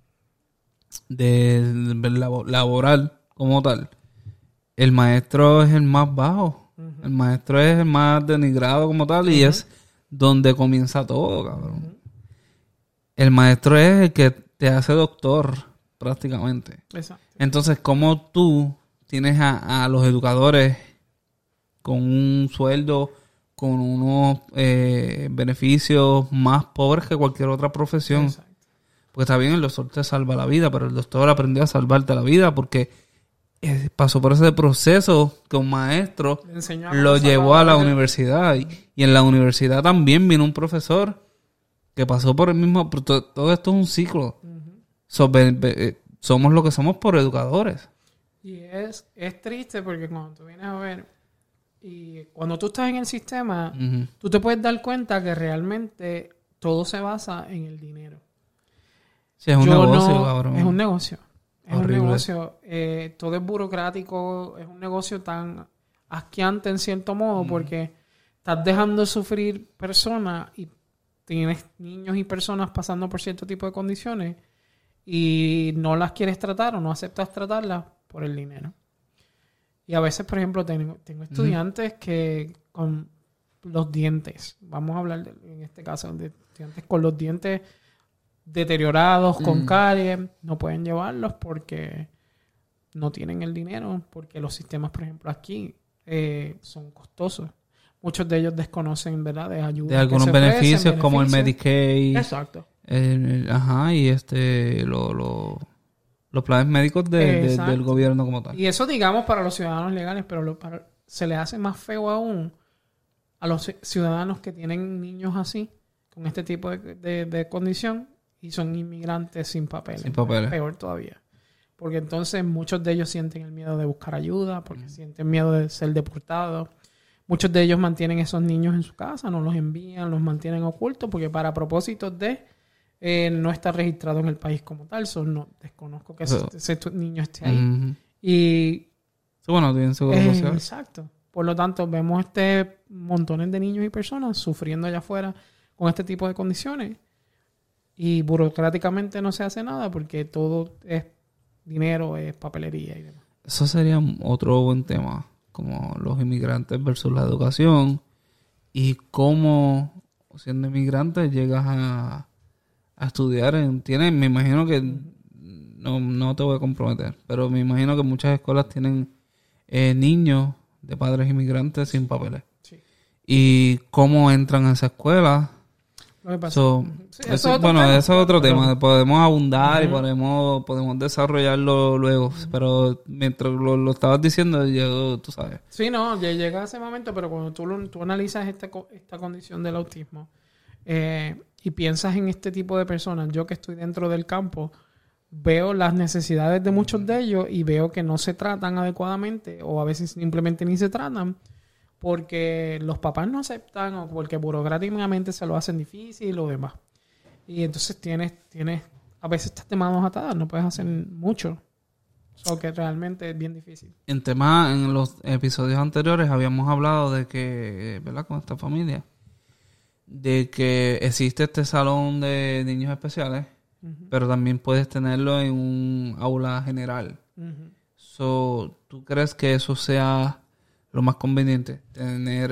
laboral como tal, el maestro es el más bajo. El maestro es el más denigrado como tal y es donde comienza todo, cabrón. El maestro es el que te hace doctor prácticamente. Exacto. Entonces, ¿cómo tú tienes a los educadores con un sueldo, con unos beneficios más pobres que cualquier otra profesión? Exacto. Porque está bien, el doctor te salva la vida, pero el doctor aprendió a salvarte la vida porque pasó por ese proceso que un maestro lo llevó a la universidad. Y en la universidad también vino un profesor que pasó por el mismo... Todo esto es un ciclo. Somos lo que somos por educadores. Y es triste porque cuando tú vienes a ver... Y cuando tú estás en el sistema, tú te puedes dar cuenta que realmente todo se basa en el dinero. Sí, es un negocio, cabrón. Es un negocio. Es Horrible. un negocio. Todo es burocrático. Es un negocio tan asqueante en cierto modo porque estás dejando sufrir personas y tienes niños y personas pasando por cierto tipo de condiciones y no las quieres tratar o no aceptas tratarlas por el dinero. Y a veces, por ejemplo, tengo estudiantes que con los dientes, vamos a hablar en este caso de estudiantes con los dientes deteriorados, con caries, no pueden llevarlos porque no tienen el dinero, porque los sistemas, por ejemplo, aquí son costosos. Muchos de ellos desconocen, ¿verdad?, de ayuda. De algunos beneficios como el Medicaid. Exacto. Y los planes médicos del gobierno como tal. Y eso, digamos, para los ciudadanos legales, pero se le hace más feo aún a los ciudadanos que tienen niños así, con este tipo de condición, y son inmigrantes sin papeles. Sin papeles. Peor todavía. Porque entonces muchos de ellos sienten el miedo de buscar ayuda, porque sienten miedo de ser deportados. Muchos de ellos mantienen esos niños en su casa, no los envían, los mantienen ocultos, porque para propósitos de no estar registrado en el país como tal. No desconozco que ese niño esté ahí. Y bueno, tienen seguro social. Exacto. Por lo tanto, vemos montones de niños y personas sufriendo allá afuera con este tipo de condiciones. Y burocráticamente no se hace nada porque todo es dinero, es papelería y demás. Eso sería otro buen tema, como los inmigrantes versus la educación y cómo, siendo inmigrante, llegas a estudiar. Me imagino que, no te voy a comprometer, pero me imagino que muchas escuelas tienen niños de padres inmigrantes sin papeles. Sí. Y cómo entran a esa escuela. Eso es otro tema. Podemos abundar y podemos desarrollarlo luego. Pero mientras lo estabas diciendo, llegó, tú sabes. Sí, no, llega ese momento, pero cuando tú analizas esta condición del autismo y piensas en este tipo de personas, yo que estoy dentro del campo, veo las necesidades de muchos de ellos y veo que no se tratan adecuadamente o a veces simplemente ni se tratan porque los papás no aceptan o porque burocráticamente se lo hacen difícil o demás. Y entonces tienes a veces estás de manos atadas, no puedes hacer mucho. O que realmente es bien difícil. En los episodios anteriores habíamos hablado de que, ¿verdad?, con esta familia, de que existe este salón de niños especiales, pero también puedes tenerlo en un aula general. ¿Tú crees que eso sea lo más conveniente? Tener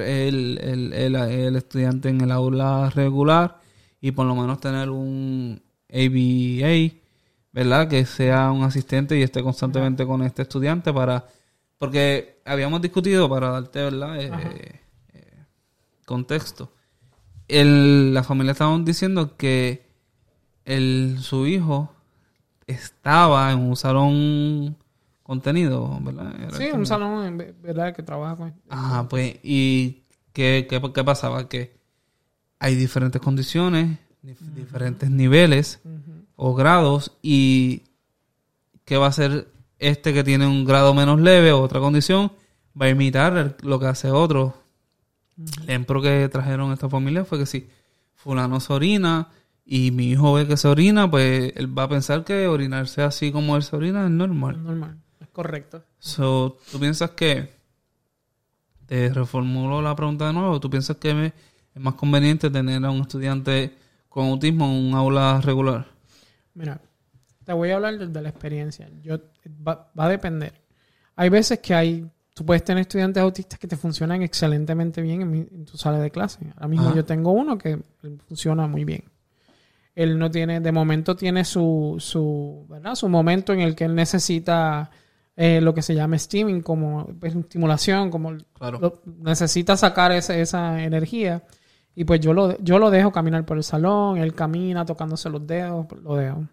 el estudiante en el aula regular y por lo menos tener un ABA, ¿verdad?, que sea un asistente y esté constantemente con este estudiante porque habíamos discutido, para darte, ¿verdad?, contexto. La familia estaba diciendo que su hijo estaba en un salón contenido, ¿verdad? Sí, un salón, ¿verdad?, que trabaja con... Pues, ¿y qué pasaba? Que hay diferentes condiciones, diferentes niveles o grados, y ¿qué va a hacer que tiene un grado menos leve o otra condición? Va a imitar lo que hace otro. El ejemplo que trajeron esta familia fue que si fulano se orina y mi hijo ve que se orina, pues él va a pensar que orinarse así como él se orina es normal. Es normal, es correcto. ¿Tú piensas que, te reformulo la pregunta de nuevo, tú piensas que es más conveniente tener a un estudiante con autismo en un aula regular? Mira, te voy a hablar de la experiencia. Va a depender. Hay veces que tú puedes tener estudiantes autistas que te funcionan excelentemente bien en tu sala de clase. Ahora mismo yo tengo uno que funciona muy bien. Él no tiene, de momento tiene su momento en el que él necesita lo que se llama steaming, como estimulación, como necesita sacar esa energía. Y pues yo lo dejo caminar por el salón, él camina tocándose los dedos, lo dejo.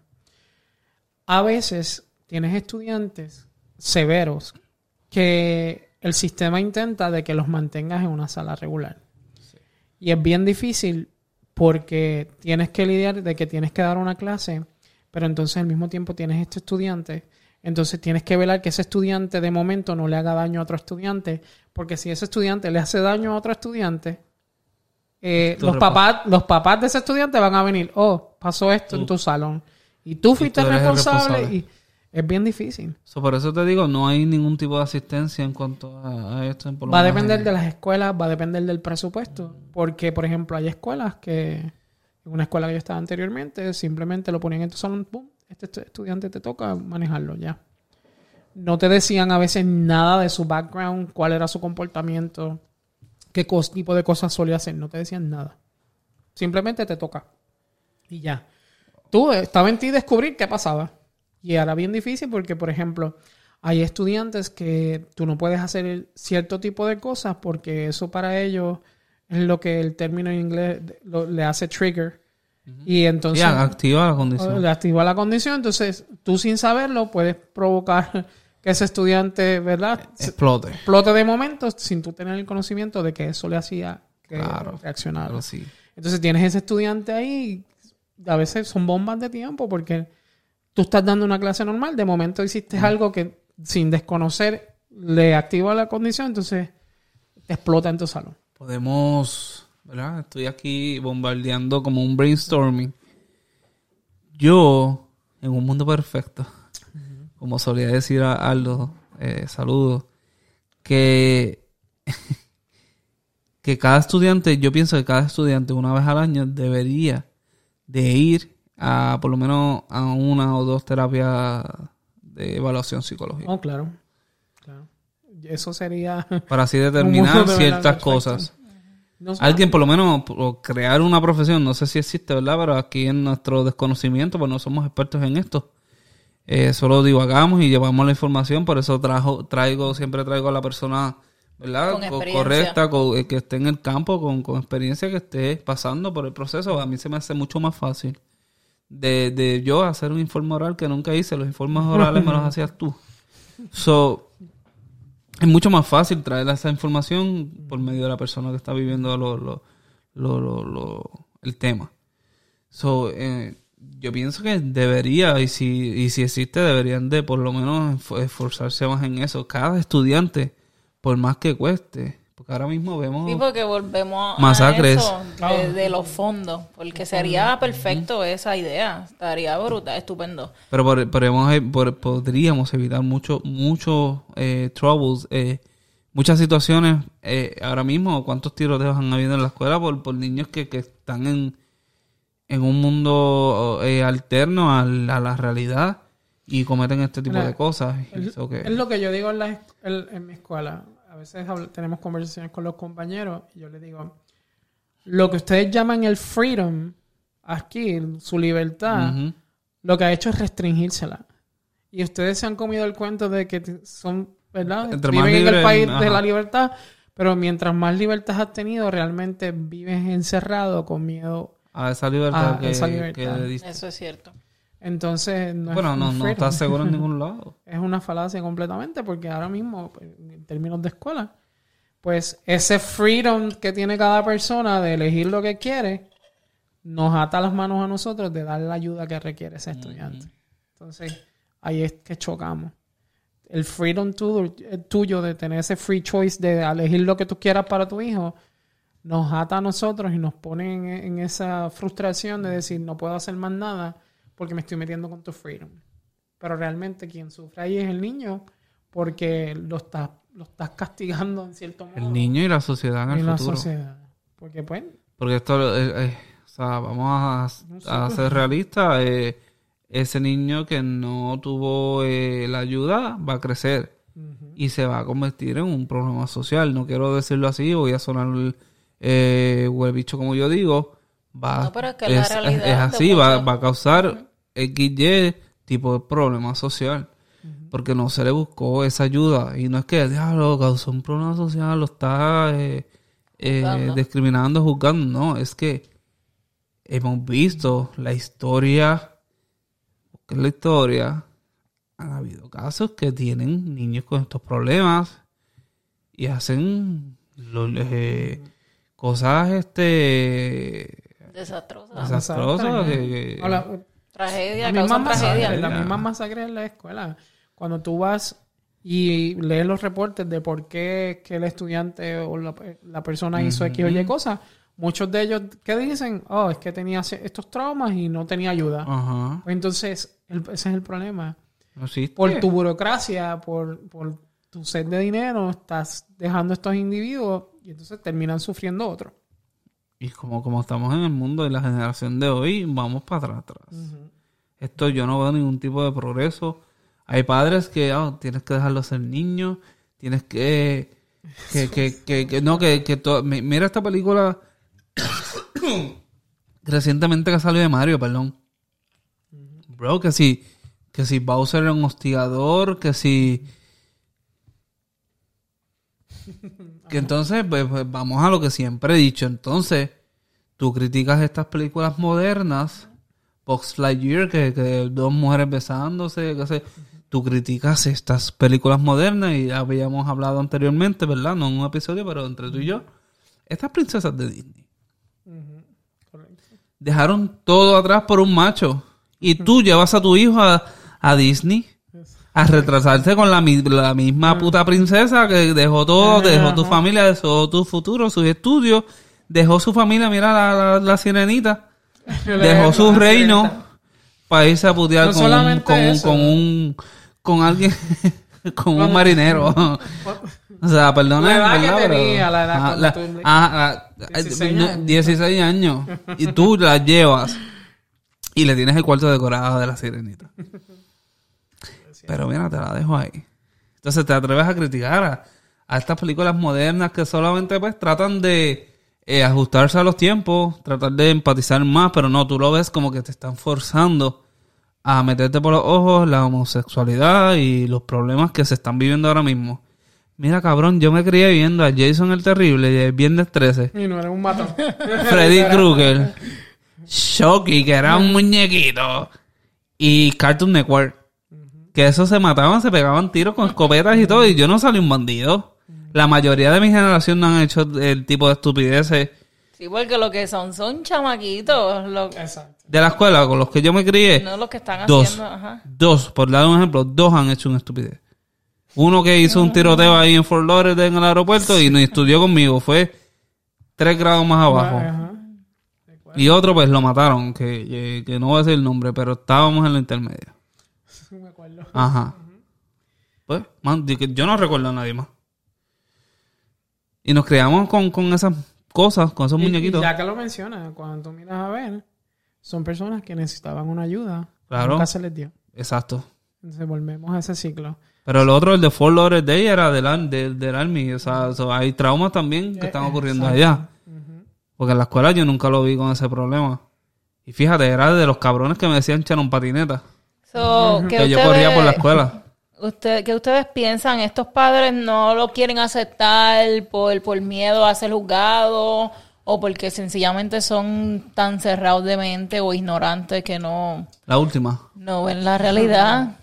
A veces tienes estudiantes severos que el sistema intenta de que los mantengas en una sala regular. Sí. Y es bien difícil porque tienes que lidiar de que tienes que dar una clase, pero entonces al mismo tiempo tienes este estudiante. Entonces tienes que velar que ese estudiante de momento no le haga daño a otro estudiante, porque si ese estudiante le hace daño a otro estudiante, los papás de ese estudiante van a venir, pasó esto en tu salón. Y tú fuiste responsable. Y es bien difícil. Por eso te digo, no hay ningún tipo de asistencia en cuanto a esto. Va a depender de las escuelas, va a depender del presupuesto. Porque, por ejemplo, hay escuelas que... En una escuela que yo estaba anteriormente, simplemente lo ponían en tu salón, ¡pum! Este estudiante te toca manejarlo ya. No te decían a veces nada de su background, cuál era su comportamiento, qué tipo de cosas solía hacer. No te decían nada. Simplemente te toca. Y ya. Tú estaba en ti descubrir qué pasaba. Y era bien difícil porque, por ejemplo, hay estudiantes que tú no puedes hacer cierto tipo de cosas porque eso para ellos es lo que el término en inglés le hace trigger. Y entonces... activa la condición. Le activa la condición. Entonces, tú sin saberlo puedes provocar que ese estudiante, ¿verdad? Explote de momento sin tú tener el conocimiento de que eso le hacía que reaccionara. Claro, sí. Entonces, tienes ese estudiante ahí y a veces son bombas de tiempo porque tú estás dando una clase normal, de momento hiciste algo que sin desconocer le activa la condición, entonces te explota en tu salón. Podemos, ¿verdad? Estoy aquí bombardeando como un brainstorming. Yo, en un mundo perfecto, como solía decir a Aldo, saludos, que cada estudiante, yo pienso que cada estudiante una vez al año debería de ir a por lo menos a 1 o 2 terapias de evaluación psicológica. Claro. Eso sería... Para así determinar ciertas cosas. No sé. Alguien por lo menos por crear una profesión, no sé si existe, ¿verdad? Pero aquí en nuestro desconocimiento, pues no somos expertos en esto. Solo divagamos y llevamos la información, por eso siempre traigo a la persona, ¿verdad? Correcta, que esté en el campo, con experiencia, que esté pasando por el proceso. A mí se me hace mucho más fácil de yo hacer un informe oral que nunca hice. Los informes orales me los hacías tú. Es mucho más fácil traer esa información por medio de la persona que está viviendo el tema. Yo pienso que debería, y si existe, deberían de por lo menos esforzarse más en eso. Cada estudiante, por más que cueste, porque ahora mismo vemos... Sí, porque volvemos masacres. A eso de los fondos, porque sería perfecto esa idea, estaría brutal, estupendo. Pero podríamos evitar muchos troubles, muchas situaciones. Ahora mismo, ¿cuántos tiroteos han habido en la escuela por niños que están en un mundo alterno a la realidad y cometen este tipo de cosas? Es lo que yo digo en mi escuela. A veces tenemos conversaciones con los compañeros y yo les digo, lo que ustedes llaman el freedom, aquí, su libertad, lo que ha hecho es restringírsela. Y ustedes se han comido el cuento de que son, ¿verdad? Viven en el país de la libertad, pero mientras más libertad has tenido, realmente vives encerrado con miedo a esa libertad que le diste. Eso es cierto. Entonces, no estás seguro en ningún lado. Es una falacia completamente, porque ahora mismo, en términos de escuela, pues ese freedom que tiene cada persona de elegir lo que quiere, nos ata las manos a nosotros de dar la ayuda que requiere ese estudiante. Entonces, ahí es que chocamos. El freedom tuyo de tener ese free choice de elegir lo que tú quieras para tu hijo, nos ata a nosotros y nos pone en esa frustración de decir, no puedo hacer más nada porque me estoy metiendo con tu freedom. Pero realmente quien sufre ahí es el niño, porque lo estás castigando en cierto modo. El niño y la sociedad en el futuro. La sociedad. Porque pues... Porque esto, vamos a ser realistas, ese niño que no tuvo la ayuda va a crecer y se va a convertir en un problema social. No quiero decirlo así, voy a sonar huevicho como yo digo. Pero es que la realidad es así, va a causar XY tipo de problema social. Porque no se le buscó esa ayuda. Y no es que, diablo, causó un problema social, lo está discriminando, juzgando. No, es que hemos visto la historia. Porque en la historia han habido casos que tienen niños con estos problemas y hacen cosas desastrosas. Tragedia, causan tragedia. La misma masacre en la escuela. Cuando tú vas y lees los reportes de por qué que el estudiante o la persona hizo X o Y cosas, muchos de ellos, ¿qué dicen? Oh, es que tenía estos traumas y no tenía ayuda. Ajá. Entonces, ese es el problema. No existe. Por tu burocracia, por tu sed de dinero, estás dejando a estos individuos y entonces terminan sufriendo otros. Y como estamos en el mundo de la generación de hoy, vamos para atrás. Esto yo no veo ningún tipo de progreso. Hay padres que tienes que dejarlo ser niño, tienes mira esta película recientemente que salió de Mario, perdón. Bro, que si Bowser era un hostigador, que entonces pues vamos a lo que siempre he dicho. Entonces, tú criticas estas películas modernas, Buzz Lightyear, que dos mujeres besándose, que sé. Tú criticas estas películas modernas y habíamos hablado anteriormente, ¿verdad? No en un episodio, pero entre tú y yo. Estas princesas de Disney dejaron todo atrás por un macho. Y tú llevas a tu hijo a Disney a retrasarse con la misma puta princesa que dejó todo, dejó tu familia, dejó tu futuro, sus estudios, dejó su familia, mira la sirenita, dejó su reino para irse a putear con alguien, con un marinero. O sea, perdona. La edad que tenía, la edad 16 años. Y tú la llevas y le tienes el cuarto decorado de la sirenita. Pero mira, te la dejo ahí. Entonces te atreves a criticar a estas películas modernas que solamente pues tratan de ajustarse a los tiempos, tratar de empatizar más, pero no, tú lo ves como que te están forzando a meterte por los ojos la homosexualidad y los problemas que se están viviendo ahora mismo. Mira, cabrón, yo me crié viendo a Jason el Terrible y el Viernes 13. Y no era un matón. Freddy Krueger. Chucky, que era un muñequito. Y Cartoon Network. Que esos se mataban, se pegaban tiros con escopetas y todo. Y yo no salí un bandido. La mayoría de mi generación no han hecho el tipo de estupideces. Sí, porque lo que son chamaquitos. Exacto. De la escuela con los que yo me crié. No los que están dos, haciendo. Ajá. Dos, por dar un ejemplo, dos han hecho una estupidez. Uno que hizo un tiroteo ahí en Fort Lauderdale en el aeropuerto y no estudió conmigo. Fue 3 grados más abajo. Ajá. Y otro pues lo mataron, que no voy a decir el nombre, pero estábamos en la intermedia. Me acuerdo. Ajá. Pues, man, yo no recuerdo a nadie más. Y nos criamos con esas cosas, con esos muñequitos. Y ya que lo mencionas, cuando tú miras a ver, son personas que necesitaban una ayuda. Claro. Nunca se les dio. Exacto. Entonces volvemos a ese ciclo. Pero el otro, el de Fort Lauderdale, era del Army. O sea, hay traumas también que están ocurriendo allá. Porque en la escuela yo nunca lo vi con ese problema. Y fíjate, era de los cabrones que me decían echar un patineta. Que yo corría por la escuela. ¿Qué ustedes piensan? ¿Estos padres no lo quieren aceptar por miedo a ser juzgados? ¿O porque sencillamente son tan cerrados de mente o ignorantes que no... La última. No ven la realidad?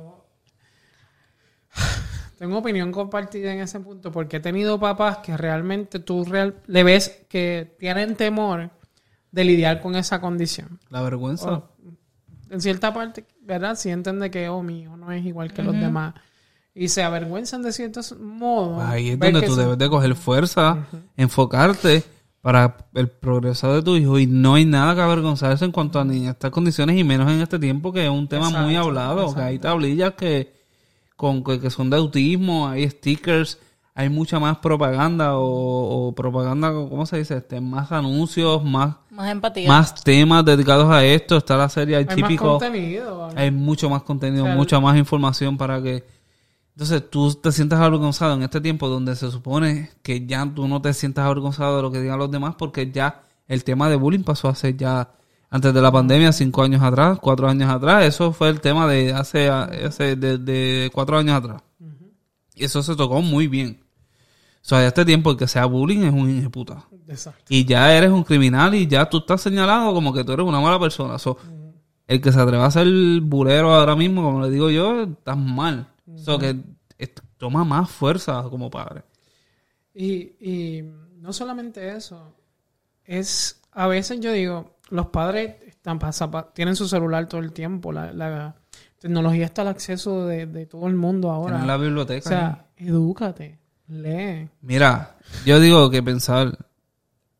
Tengo opinión compartida en ese punto porque he tenido papás que realmente le ves que tienen temor de lidiar con esa condición. La vergüenza. En cierta parte, ¿verdad? Sienten de que, mi hijo no es igual que los demás. Y se avergüenzan de ciertos modos. Ahí es donde tú debes de coger fuerza, enfocarte para el progreso de tu hijo. Y no hay nada que avergonzarse en cuanto a ni estas condiciones y menos en este tiempo que es un tema muy hablado. Que hay tablillas que son de autismo, hay stickers, hay mucha más propaganda o propaganda, ¿cómo se dice? Más anuncios, más empatía. Más temas dedicados a esto. Está la serie, hay típico. Más contenido. ¿Vale? Hay mucho más contenido, mucha más información para que... Entonces tú te sientas avergonzado en este tiempo donde se supone que ya tú no te sientas avergonzado de lo que digan los demás porque ya el tema de bullying pasó hace ya... Antes de la pandemia, 5 años atrás, 4 años atrás, eso fue el tema de de 4 años atrás. Y eso se tocó muy bien. O sea, este tiempo el que sea bullying es un hijo de puta. Exacto. Y ya eres un criminal y ya tú estás señalado como que tú eres una mala persona. El que se atreva a ser bulero ahora mismo, como le digo yo, estás mal. Que toma más fuerza como padre. Y no solamente eso. A veces yo digo, los padres tienen su celular todo el tiempo. La tecnología está al acceso de todo el mundo ahora. Tienen la biblioteca. O sea, edúcate, lee. Mira, yo digo que pensar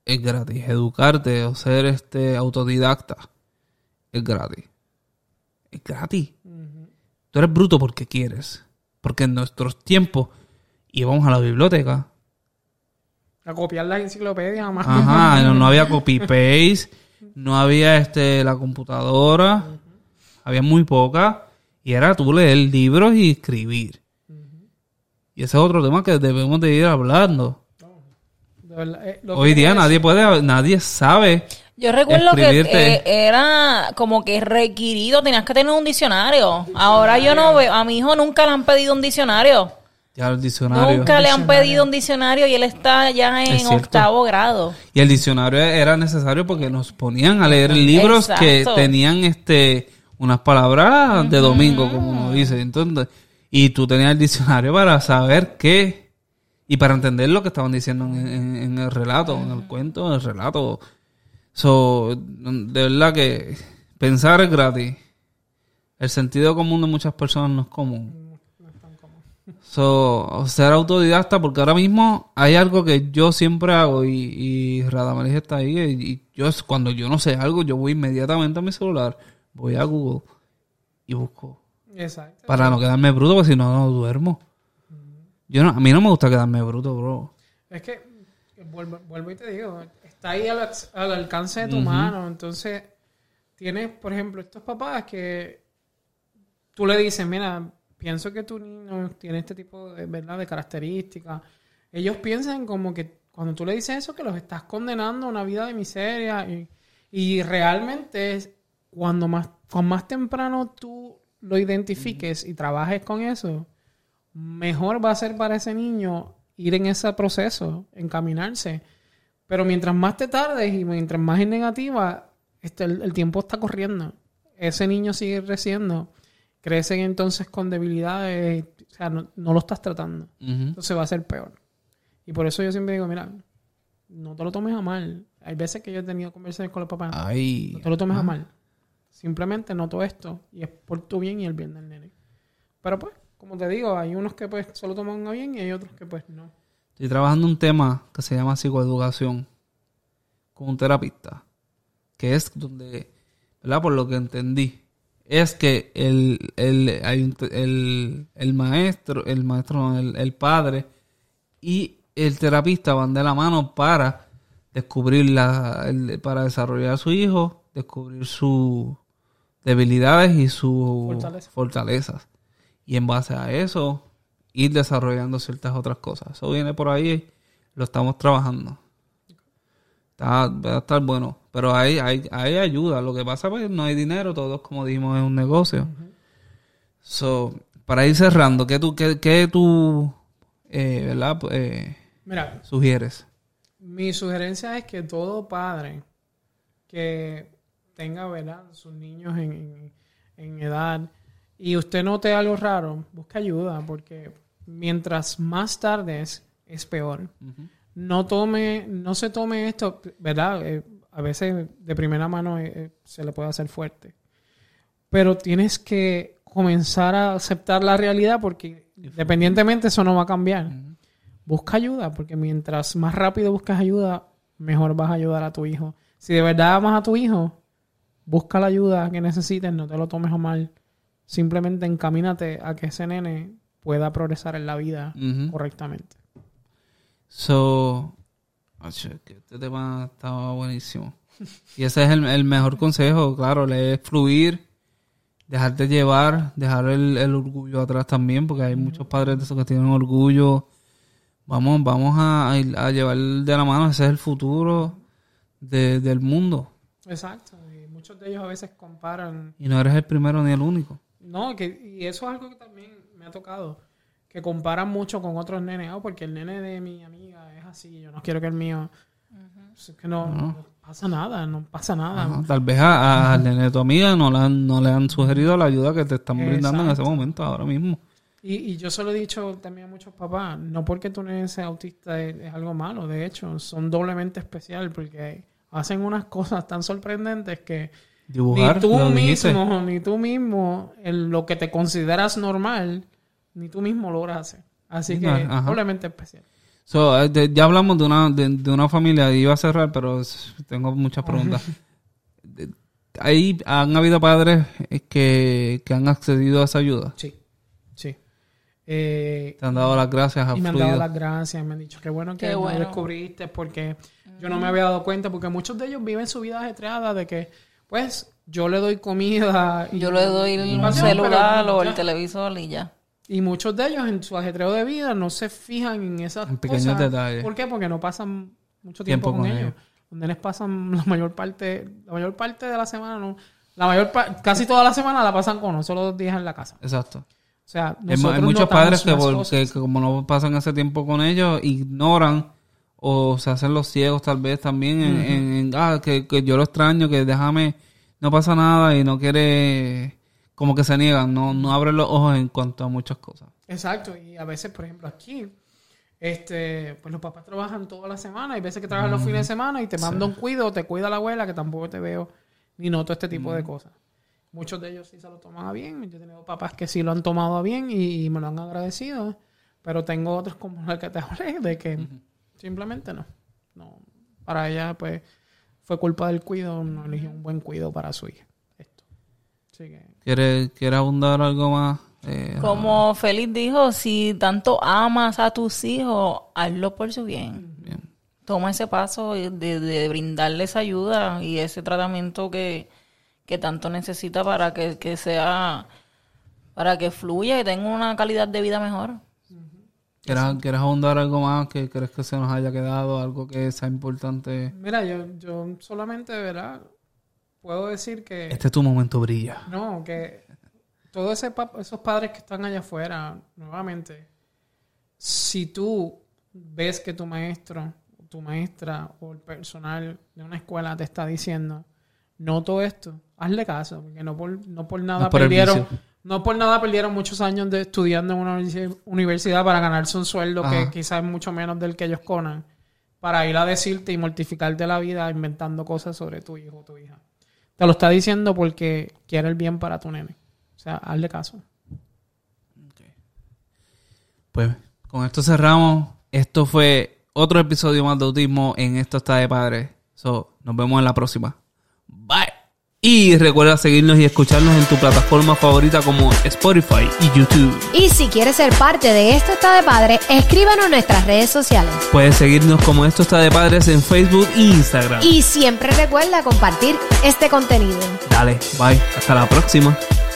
es gratis. Educarte o ser autodidacta es gratis. Es gratis. Tú eres bruto porque quieres. Porque en nuestros tiempos íbamos a la biblioteca. A copiar la enciclopedia más. Ajá, no había copy-paste, no había la computadora, había muy poca. Y era tú leer libros y escribir. Y ese es otro tema que debemos de ir hablando. De verdad, Hoy día nadie sabe. Yo recuerdo escribirte. que era como que requerido, tenías que tener un diccionario. Ahora yo no veo, a mi hijo nunca le han pedido un diccionario. Ya el diccionario. Nunca le han pedido un diccionario y él está ya en octavo grado. Y el diccionario era necesario porque nos ponían a leer libros que tenían unas palabras de domingo, como uno dice. Entonces, y tú tenías el diccionario para saber qué y para entender lo que estaban diciendo en el relato, en el cuento, en el relato. De verdad que pensar es gratis. El sentido común de muchas personas no es común. Ser autodidacta, porque ahora mismo hay algo que yo siempre hago y Radamalis está ahí y yo cuando yo no sé algo, yo voy inmediatamente a mi celular, voy a Google y busco. Exacto. Para no quedarme bruto, porque si no, no duermo. A mí no me gusta quedarme bruto, bro. Es que, vuelvo y te digo, está ahí al alcance de tu mano. Entonces, tienes, por ejemplo, estos papás que tú le dices, mira, pienso que tu niño tiene este tipo de, ¿verdad?, de características. Ellos piensan como que cuando tú le dices eso, que los estás condenando a una vida de miseria. Y realmente, cuando más temprano tú lo identifiques y trabajes con eso, mejor va a ser para ese niño ir en ese proceso, encaminarse. Pero mientras más te tardes y mientras más es negativa, el tiempo está corriendo. Ese niño sigue creciendo. Crecen entonces con debilidades. O sea, no lo estás tratando. Entonces va a ser peor. Y por eso yo siempre digo, mira, no te lo tomes a mal. Hay veces que yo he tenido conversaciones con los papás. No te lo tomes a mal. Simplemente noto esto y es por tu bien y el bien del nene. Pero pues, como te digo, hay unos que pues solo toman a bien y hay otros que pues no. Estoy trabajando un tema que se llama psicoeducación con un terapista, que es donde, ¿verdad? Por lo que entendí, es que el padre y el terapista van de la mano para descubrir para desarrollar a su hijo, descubrir sus debilidades y sus fortalezas. Y en base a eso, ir desarrollando ciertas otras cosas. Eso viene por ahí, lo estamos trabajando. Va a estar bueno. Pero hay ayuda. Lo que pasa es que no hay dinero, todos, como dijimos, es un negocio. Para ir cerrando, ¿qué tú ¿verdad? Mira, sugieres? Mi sugerencia es que todo padre que tenga, ¿verdad?, sus niños en edad y usted note algo raro, busque ayuda, porque mientras más tardes es peor. No se tome esto, ¿verdad? A veces de primera mano se le puede hacer fuerte. Pero tienes que comenzar a aceptar la realidad, porque independientemente eso no va a cambiar. Busca ayuda, porque mientras más rápido buscas ayuda, mejor vas a ayudar a tu hijo. Si de verdad amas a tu hijo, busca la ayuda que necesites, no te lo tomes a mal. Simplemente encamínate a que ese nene pueda progresar en la vida correctamente. Este tema estaba buenísimo. Y ese es el mejor consejo, claro, es fluir, dejarte llevar, dejar el orgullo atrás también, porque hay muchos padres de esos que tienen orgullo. Vamos a llevar de la mano, ese es el futuro del mundo. Exacto, y muchos de ellos a veces comparan. Y no eres el primero ni el único. No, y eso es algo que también me ha tocado, que comparan mucho con otros nenes. Porque el nene de mi amiga es así, yo no quiero que el mío... Es que no pasa nada. Ajá. Tal vez al nene de tu amiga no le han sugerido la ayuda que te están brindando en ese momento, ahora mismo. Y yo se lo he dicho también a muchos papás, no porque tu nene sea autista es algo malo, de hecho, son doblemente especial, porque hacen unas cosas tan sorprendentes que dibujar, ni tú mismo, lo que te consideras normal, ni tú mismo logras hacer. Así que doblemente especial. Ya hablamos de una familia, iba a cerrar, pero tengo muchas preguntas. ¿Ahí han habido padres que han accedido a esa ayuda? Sí. Te han dado las gracias. Y me han dado las gracias, me han dicho qué bueno que lo descubriste, porque yo no me había dado cuenta, porque muchos de ellos viven su vida ajetreada de que, pues, yo le doy comida. Yo le doy el celular o el televisor y ya. Y muchos de ellos en su ajetreo de vida no se fijan en esas pequeños cosas. Detalles. ¿Por qué? Porque no pasan mucho tiempo con ellos. Los nenes pasan la mayor parte de la semana, casi toda la semana la pasan con nosotros, solo 2 días en la casa. Exacto. O sea, hay muchos padres que como no pasan ese tiempo con ellos, ignoran o se hacen los ciegos tal vez también que yo lo extraño, que déjame, no pasa nada y no quiere, como que se niegan, no abren los ojos en cuanto a muchas cosas. Exacto, y a veces, por ejemplo, aquí, pues los papás trabajan toda la semana, hay veces que trabajan los fines de semana y te mandan un cuido, te cuida la abuela, que tampoco te veo ni noto este tipo de cosas. Muchos de ellos sí se lo toman a bien. Yo he tenido papás que sí lo han tomado a bien y me lo han agradecido. Pero tengo otros como el que te hablé, de que simplemente no. Para ella, pues, fue culpa del cuido. No eligió un buen cuido para su hija. Así que... ¿Quieres abundar algo más? Como Félix dijo, si tanto amas a tus hijos, hazlo por su bien. Toma ese paso de brindarles ayuda y ese tratamiento que tanto necesita para que sea, para que fluya y tenga una calidad de vida mejor. ¿Quieres abundar algo más que crees que se nos haya quedado? Algo que sea importante. Mira, yo solamente, ¿verdad? Puedo decir que... Este es tu momento, brilla. No, que todos esos padres que están allá afuera, nuevamente, si tú ves que tu maestro, tu maestra o el personal de una escuela te está diciendo no todo esto, hazle caso, porque no por nada perdieron muchos años de estudiando en una universidad para ganarse un sueldo que quizás es mucho menos del que ellos conan, para ir a decirte y mortificarte la vida inventando cosas sobre tu hijo o tu hija. Te lo está diciendo porque quiere el bien para tu nene. O sea, hazle caso. Okay. Pues con esto cerramos. Esto fue otro episodio más de Autismo en Esto Está de Padre. Nos vemos en la próxima. Bye. Y recuerda seguirnos y escucharnos en tu plataforma favorita como Spotify y YouTube. Y si quieres ser parte de Esto Está de Padre, escríbanos en nuestras redes sociales. Puedes seguirnos como Esto Está de Padres en Facebook e Instagram. Y siempre recuerda compartir este contenido. Dale, bye. Hasta la próxima.